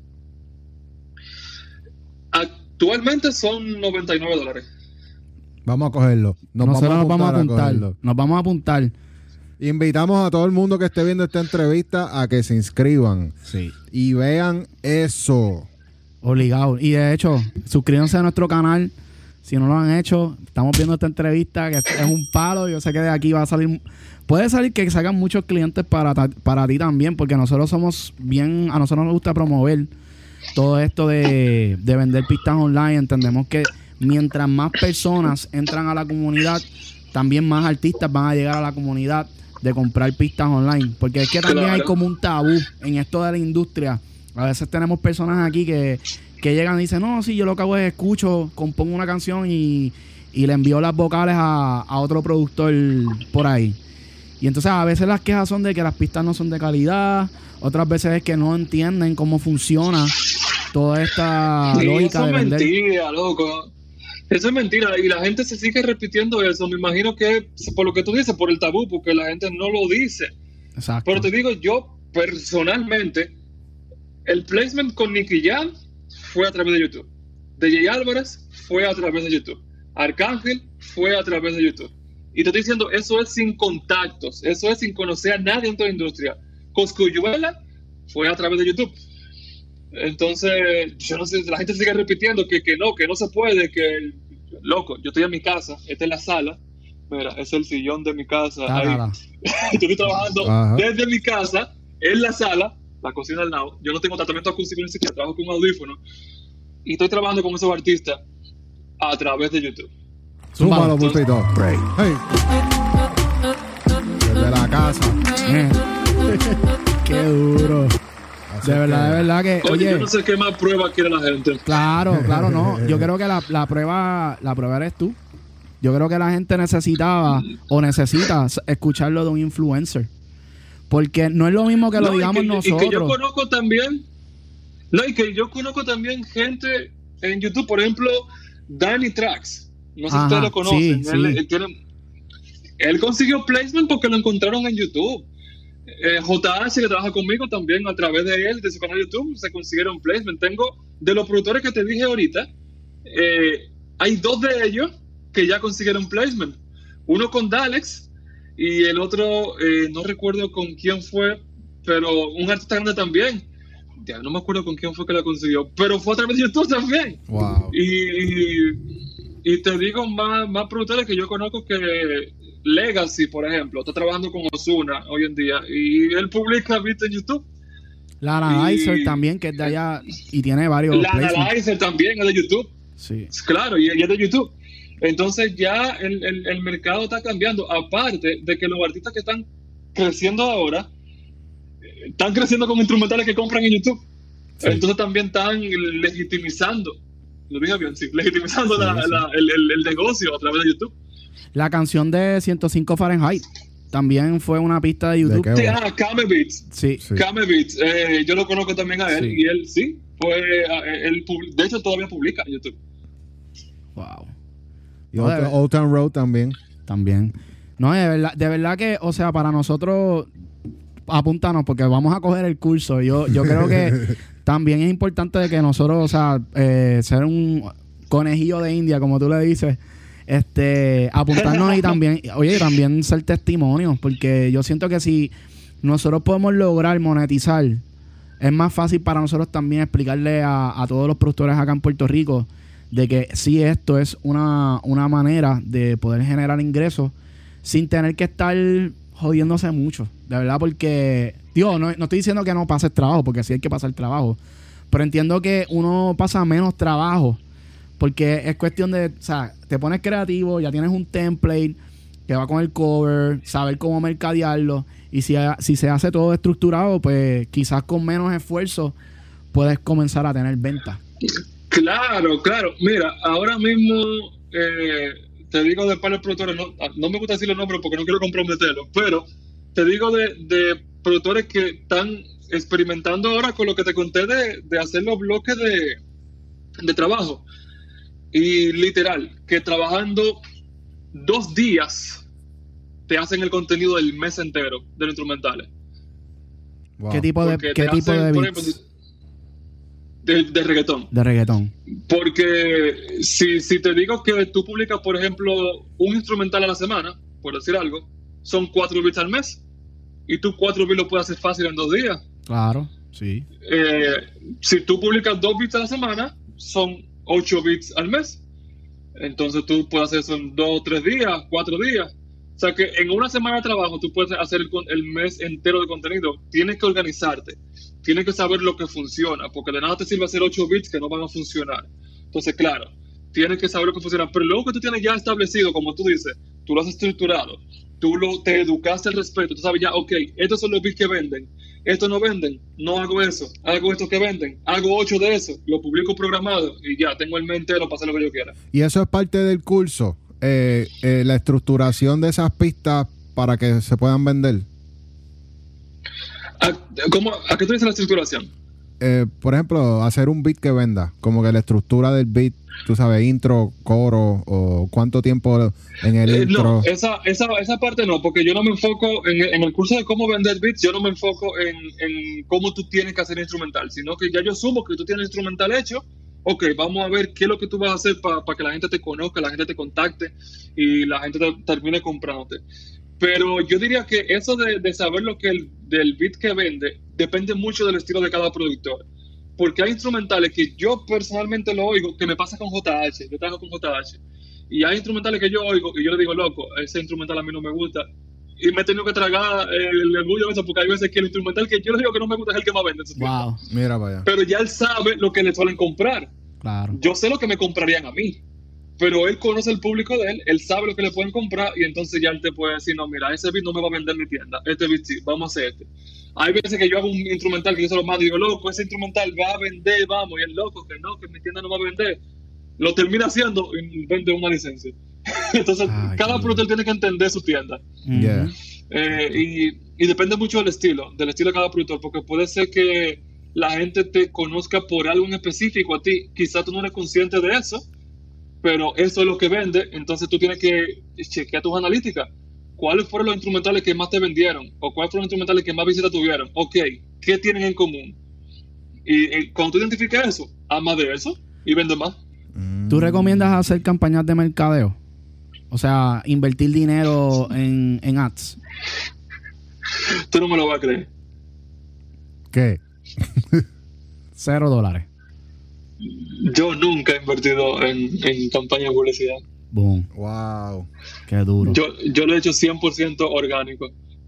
Actualmente son noventa y nueve dólares. Vamos a cogerlo. Nos Nosotros vamos a nos vamos a apuntar. a nos vamos a apuntar. Invitamos a todo el mundo que esté viendo esta entrevista a que se inscriban. Sí. Y vean eso. Obligado. Y de hecho, suscríbanse a nuestro canal. Si no lo han hecho, estamos viendo esta entrevista que es un palo. Yo sé que de aquí va a salir... Puede salir que salgan muchos clientes para, para ti también, porque nosotros somos bien... A nosotros nos gusta promover todo esto de, de vender pistas online. Entendemos que mientras más personas entran a la comunidad, también más artistas van a llegar a la comunidad de comprar pistas online. Porque es que también claro. hay como un tabú en esto de la industria. A veces tenemos personas aquí que, que llegan y dicen, no, sí, yo lo que hago es escucho, compongo una canción y, y le envío las vocales a, a otro productor por ahí. Y entonces a veces las quejas son de que las pistas no son de calidad, otras veces es que no entienden cómo funciona toda esta sí, lógica eso de vender. Es mentira, loco. Eso es mentira, y la gente se sigue repitiendo eso. Me imagino que por lo que tú dices, por el tabú, porque la gente no lo dice. Exacto. Pero te digo, yo personalmente, el placement con Nicky Jam fue a través de YouTube. D J Álvarez fue a través de YouTube. Arcángel fue a través de YouTube. Y te estoy diciendo, eso es sin contactos, eso es sin conocer a nadie dentro de la industria. Cosculluela fue a través de YouTube. Entonces, yo no sé, la gente sigue repitiendo que, que no, que no se puede, que, loco, yo estoy en mi casa, esta es la sala, mira, es el sillón de mi casa, Ah, ahí. nada. Yo estoy trabajando Ajá. desde mi casa, en la sala, la cocina al lado, yo no tengo tratamiento acústico ni siquiera, trabajo con un audífono, y estoy trabajando con esos artistas a través de YouTube. Súmalo, Entonces- pulpito. Hey. Desde la casa. Eh. Qué duro. Así De verdad, que- de verdad que, Oye, oye, yo no sé qué más pruebas quiere la gente. claro, claro, no. Yo creo que la, la prueba, la prueba eres tú. Yo creo que la gente necesitaba o necesita escucharlo de un influencer. Porque no es lo mismo que lo No, y digamos que- nosotros. Y que yo conozco también, no, y que yo conozco también gente en YouTube, por ejemplo, Danny Trax. No sé Ajá, si ustedes lo conocen. sí, él, sí. él tiene- él consiguió placement porque lo encontraron en YouTube. Eh, J H, que trabaja conmigo también a través de él, de su canal de YouTube, se consiguieron placement. Tengo, de los productores que te dije ahorita, eh, hay dos de ellos que ya consiguieron placement. Uno con Dalex y el otro, eh, no recuerdo con quién fue, pero un artista grande también. Ya no me acuerdo con quién fue que la consiguió, pero fue a través de YouTube también. Wow. Y, y te digo más, más productores que yo conozco que Legacy, por ejemplo, está trabajando con Ozuna hoy en día y él publica beats en YouTube. La Analyzer y- también, que es de allá y tiene varios La placements. Analyzer también es de YouTube. Sí. Claro, y, y es de YouTube. Entonces ya el, el, el mercado está cambiando. Aparte de que los artistas que están creciendo ahora eh, están creciendo con instrumentales que compran en YouTube. Sí. Entonces también están legitimizando, lo dije bien, sí, legitimizando Sí, la- sí. la- el, el- el negocio a través de YouTube. La canción de ciento cinco Fahrenheit también fue una pista de YouTube. qué? Sí, bueno. ah, Kame Beats. Sí. Sí. Kame Beats. Eh, yo lo conozco también a él Sí. y él sí, fue, eh, él, publi- de hecho todavía publica en YouTube. Wow. Y No, Old, de- Old Town Road también. También. No, de verdad, de verdad que, o sea, para nosotros, apúntanos, porque vamos a coger el curso. Yo, yo creo que también es importante de que nosotros, o sea, eh, ser un conejillo de India, como tú le dices, este, apuntarnos y también, oye, también ser testimonio, porque yo siento que si nosotros podemos lograr monetizar, es más fácil para nosotros también explicarle a, a todos los productores acá en Puerto Rico de que sí, esto es una, una manera de poder generar ingresos sin tener que estar jodiéndose mucho, de verdad, porque, digo, no, no estoy diciendo que no pases trabajo, porque sí hay que pasar trabajo, pero entiendo que uno pasa menos trabajo, porque es cuestión de, o sea, te pones creativo, ya tienes un template que va con el cover, saber cómo mercadearlo, y si, si se hace todo estructurado, pues quizás con menos esfuerzo puedes comenzar a tener ventas. Claro, claro. Mira, ahora mismo eh, te digo de par de productores, no, no me gusta decir los nombres porque no quiero comprometerlos, pero te digo de, de productores que están experimentando ahora con lo que te conté de, de hacer los bloques de, de trabajo. Y literal, que trabajando dos días te hacen el contenido del mes entero de los instrumentales. Wow. ¿Qué tipo de, Porque qué te tipo hacen, de por beats? ejemplo, de, de reggaetón. De reggaetón. Porque si, si te digo que tú publicas, por ejemplo, un instrumental a la semana, por decir algo, son cuatro beats al mes. Y tú cuatro beats lo puedes hacer fácil en dos días. Claro, sí. Eh, si tú publicas dos beats a la semana, son ocho beats al mes. Entonces tú puedes hacer eso en dos, tres días, cuatro días. O sea que en una semana de trabajo tú puedes hacer el, con- el mes entero de contenido. Tienes que organizarte. Tienes que saber lo que funciona. Porque de nada te sirve hacer ocho beats que no van a funcionar. Entonces, claro, tienes que saber lo que funciona. Pero luego que tú tienes ya establecido, como tú dices, tú lo has estructurado. Tú lo, te educaste al respecto. Tú sabes ya, ok, estos son los beats que venden. Estos no venden. No hago eso. Hago estos que venden. Hago ocho de esos. Lo publico programado. Y ya, tengo el mes entero para hacer lo que yo quiera. Y eso es parte del curso. Eh, eh, la estructuración de esas pistas para que se puedan vender. ¿A, cómo, ¿a qué tú dices la estructuración? Eh, por ejemplo, hacer un beat que venda. Como que la estructura del beat, tú sabes, intro, coro, o cuánto tiempo en el Eh, intro. no, esa, esa, esa parte no, porque yo no me enfoco en, en el curso de cómo vender beats, yo no me enfoco en, en cómo tú tienes que hacer instrumental, sino que ya yo sumo que tú tienes instrumental hecho ok, vamos a ver qué es lo que tú vas a hacer para pa que la gente te conozca, la gente te contacte y la gente te, termine comprándote. Pero yo diría que eso de, de saber lo que el del beat que vende depende mucho del estilo de cada productor. Porque hay instrumentales que yo personalmente lo oigo, que me pasa con J H, yo trabajo con J H, y hay instrumentales que yo oigo y yo le digo, loco, ese instrumental a mí no me gusta, y me he tenido que tragar el orgullo de eso, porque hay veces que el instrumental que yo le digo que no me gusta es el que más vende en su tiempo. Wow. Mira para allá. Pero ya él sabe lo que le suelen comprar. Claro. Yo sé lo que me comprarían a mí, pero él conoce el público de él, él sabe lo que le pueden comprar y entonces ya él te puede decir, no, mira, ese beat no me va a vender en mi tienda, este beat sí, vamos a hacer este. Hay veces que yo hago un instrumental que yo se lo mando y digo, loco, ese instrumental va a vender, vamos, y el loco que no, que mi tienda no va a vender, lo termina haciendo y vende una licencia. Entonces, Ay, cada qué productor tiene que entender su tienda. Ujú. Yeah. Eh, y, y depende mucho del estilo, del estilo de cada productor, porque puede ser que la gente te conozca por algo en específico a ti, quizás tú no eres consciente de eso, pero eso es lo que vende, entonces tú tienes que chequear tus analíticas. ¿Cuáles fueron los instrumentales que más te vendieron? ¿O cuáles fueron los instrumentales que más visitas tuvieron? Ok, ¿qué tienen en común? Y, y cuando tú identificas eso, haz más de eso y vende más. ¿Tú recomiendas hacer campañas de mercadeo? O sea, invertir dinero en, en ads. Tú no me lo vas a creer. ¿Qué? Cero dólares. Yo nunca he invertido en, en campaña de publicidad. Boom. Wow. Qué duro. Yo, yo lo he hecho cien por ciento orgánico.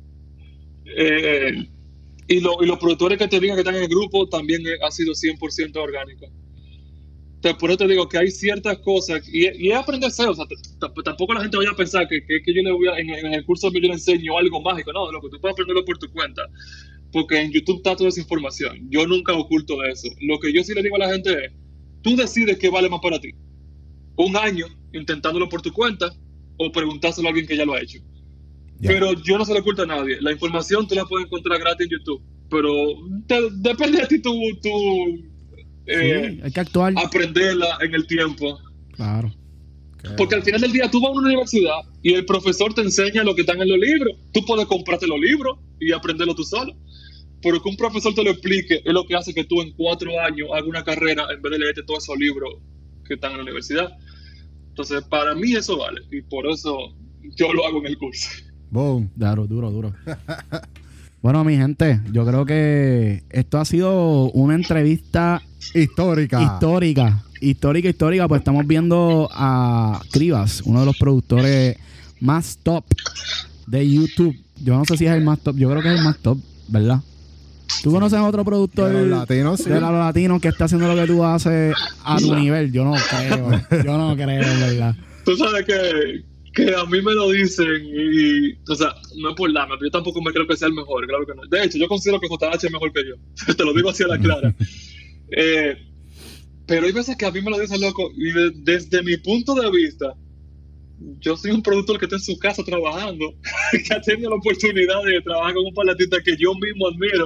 Eh, y, lo, y los productores que te digan que están en el grupo también ha sido cien por ciento orgánico. Te, por eso te digo que hay ciertas cosas, y, y es aprender a hacer, o sea, t- t- tampoco la gente vaya a pensar que, que, que yo le voy a, en, en el curso mío yo le enseño algo mágico, no, lo que tú puedes aprenderlo por tu cuenta, porque en YouTube está toda esa información, yo nunca oculto de eso. Lo que yo sí le digo a la gente es, tú decides qué vale más para ti, un año intentándolo por tu cuenta, o preguntárselo a alguien que ya lo ha hecho. Ya. Pero yo no se lo oculto a nadie, la información tú la puedes encontrar gratis en YouTube, pero te- depende de ti tu... tu eh, Sí, hay que actuar. aprenderla en el tiempo. Claro. Porque al final del día tú vas a una universidad y el profesor te enseña lo que están en los libros. Tú puedes comprarte los libros y aprenderlo tú solo. Pero que un profesor te lo explique es lo que hace que tú en cuatro años hagas una carrera en vez de leerte todos esos libros que están en la universidad. Entonces, para mí eso vale. Y por eso yo lo hago en el curso. Boom. Claro, duro, duro. Bueno, mi gente, yo creo que esto ha sido una entrevista Histórica. histórica. Histórica, histórica, pues estamos viendo a Cribas, uno de los productores más top de YouTube. Yo no sé si es el más top, yo creo que es el más top, ¿verdad? ¿Tú conoces a otro productor De los latinos, sí. de los latinos que está haciendo lo que tú haces a tu No. nivel? Yo no creo, yo no creo, ¿verdad? Tú sabes que, que a mí me lo dicen y, o sea, no es por nada, pero yo tampoco me creo que sea el mejor, claro que no. De hecho, yo considero que J H es mejor que yo. Te lo digo así a la clara. Eh, pero hay veces que a mí me lo dicen, loco, y de- desde mi punto de vista, yo soy un productor que está en su casa trabajando, que ha tenido la oportunidad de trabajar con un palatista que yo mismo admiro.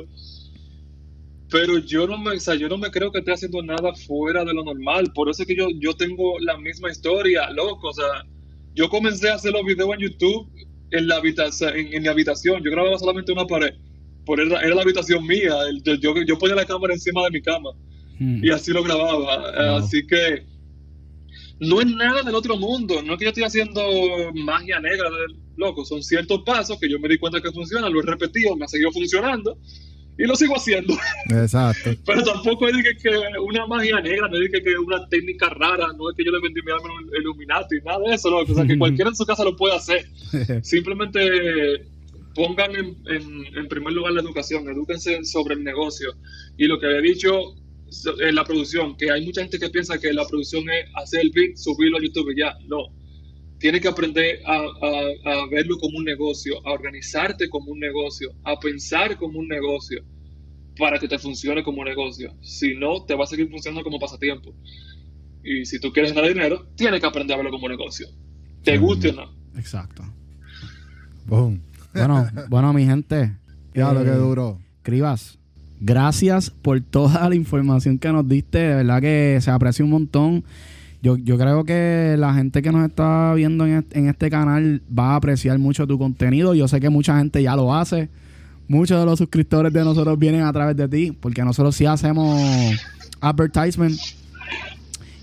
Pero yo no me, o sea, yo no me creo que esté haciendo nada fuera de lo normal. Por eso es que yo, yo tengo la misma historia, loco. O sea, yo comencé a hacer los videos en YouTube en, la habita- o sea, en, en mi habitación. Yo grababa solamente una pared. Por era, era la habitación mía. El- yo, yo, yo ponía la cámara encima de mi cama. Hmm. Y así lo grababa. Eh, Wow. Así que no es nada del otro mundo. No es que yo estoy haciendo magia negra, de- loco. Son ciertos pasos que yo me di cuenta que funcionan, lo he repetido, me ha seguido funcionando y lo sigo haciendo. Exacto. Pero tampoco es de que, que una magia negra, no es de que, que una técnica rara, no es que yo le vendí mi alma a un Illuminati, nada de eso, loco. O sea, que cualquiera en su casa lo puede hacer. Simplemente pongan en, en, en primer lugar la educación, edúquense sobre el negocio. Y lo que había dicho en la producción, que hay mucha gente que piensa que la producción es hacer el beat, subirlo a YouTube y ya. No. Tienes que aprender a, a, a verlo como un negocio, a organizarte como un negocio, a pensar como un negocio, para que te funcione como un negocio. Si no, te va a seguir funcionando como pasatiempo. Y si tú quieres ganar dinero, tienes que aprender a verlo como negocio. Te guste o no. Exacto. Boom. Bueno, bueno, mi gente. Ya lo eh, que duró. Cribas, gracias por toda la información que nos diste. De verdad que se aprecia un montón. Yo, yo creo que la gente que nos está viendo en este, en este canal va a apreciar mucho tu contenido. Yo sé que mucha gente ya lo hace. Muchos de los suscriptores de nosotros vienen a través de ti, porque nosotros sí hacemos advertisement.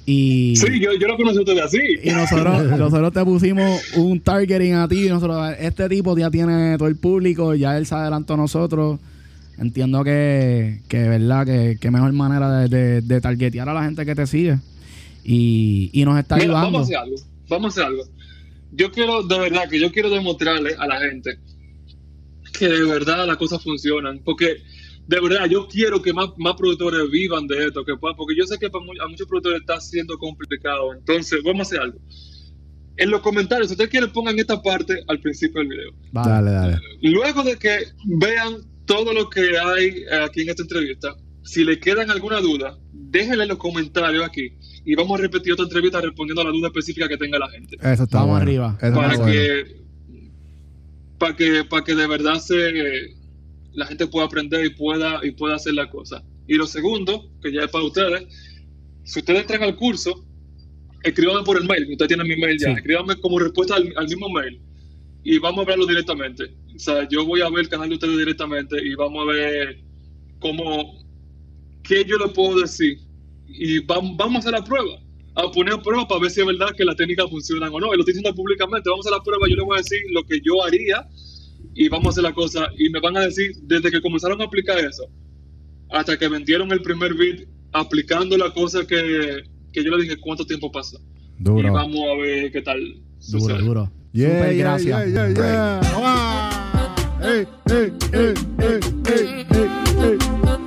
Y, Sí, yo, yo lo conocí a ustedes así. y nosotros, nosotros te pusimos un targeting a ti. Y nosotros, este tipo ya tiene todo el público, ya él se adelantó a nosotros. Entiendo que, que verdad, que, que mejor manera de, de, de targetear a la gente que te sigue. Y, y nos está Mira, ayudando. vamos a hacer algo. Vamos a hacer algo. Yo quiero, de verdad, que yo quiero demostrarle a la gente que de verdad las cosas funcionan. Porque, de verdad, yo quiero que más, más productores vivan de esto. Que puedan, porque yo sé que para mu- a muchos productores está siendo complicado. Entonces, vamos a hacer algo. En los comentarios, si ustedes quieren, pongan esta parte al principio del video. Vale. Dale, dale. Luego de que vean todo lo que hay eh, aquí en esta entrevista, si le quedan alguna duda, déjenle en los comentarios aquí y vamos a repetir otra entrevista respondiendo a la duda específica que tenga la gente. Eso está Vamos bueno. arriba. Eso Para está bueno. que, para que, para que de verdad se, la gente pueda aprender y pueda, y pueda hacer la cosa. Y lo segundo, que ya es para ustedes, si ustedes entran al curso, escríbanme por el mail, ustedes tienen mi mail ya, Sí. escríbanme como respuesta al, al mismo mail y vamos a hablarlo directamente. O sea, yo voy a ver el canal de ustedes directamente y vamos a ver cómo, qué yo le puedo decir. Y vamos, vamos a hacer la prueba, a poner a prueba para ver si es verdad que la técnica funciona o no. Y lo estoy diciendo públicamente, vamos a hacer la prueba, yo les voy a decir lo que yo haría y vamos a hacer la cosa. Y me van a decir, desde que comenzaron a aplicar eso, hasta que vendieron el primer beat, aplicando la cosa que, que yo le dije, cuánto tiempo pasa. Y Duro. vamos a ver qué tal Duro, sucede. duro. Yeah, Super yeah, gracias. yeah, yeah, yeah. ¡Wow! ¡Ey, ey, ey, ey, ey, ey, ey!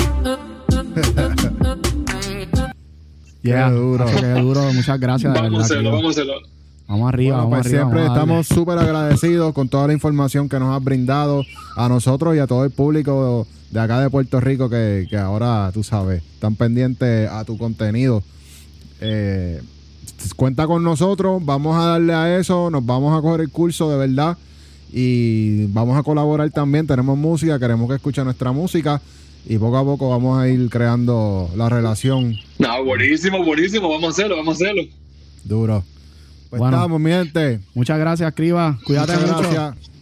Yeah, Qué duro. Hacho, qué duro. Muchas gracias. de Vamos a verdad, hacerlo, tío. vamos a hacerlo. Vamos arriba, Bueno, vamos pues arriba. siempre vamos a darle. estamos súper agradecidos con toda la información que nos has brindado a nosotros y a todo el público de acá de Puerto Rico que, que ahora, tú sabes, están pendientes a tu contenido. Eh, cuenta con nosotros, vamos a darle a eso, nos vamos a coger el curso de verdad y vamos a colaborar también. Tenemos música, queremos que escuchen nuestra música y poco a poco vamos a ir creando la relación. No, buenísimo, buenísimo, vamos a hacerlo, vamos a hacerlo. Duro. Pues Bueno. estamos, mi gente. Muchas gracias, Criba. Cuídate Muchas mucho. gracias.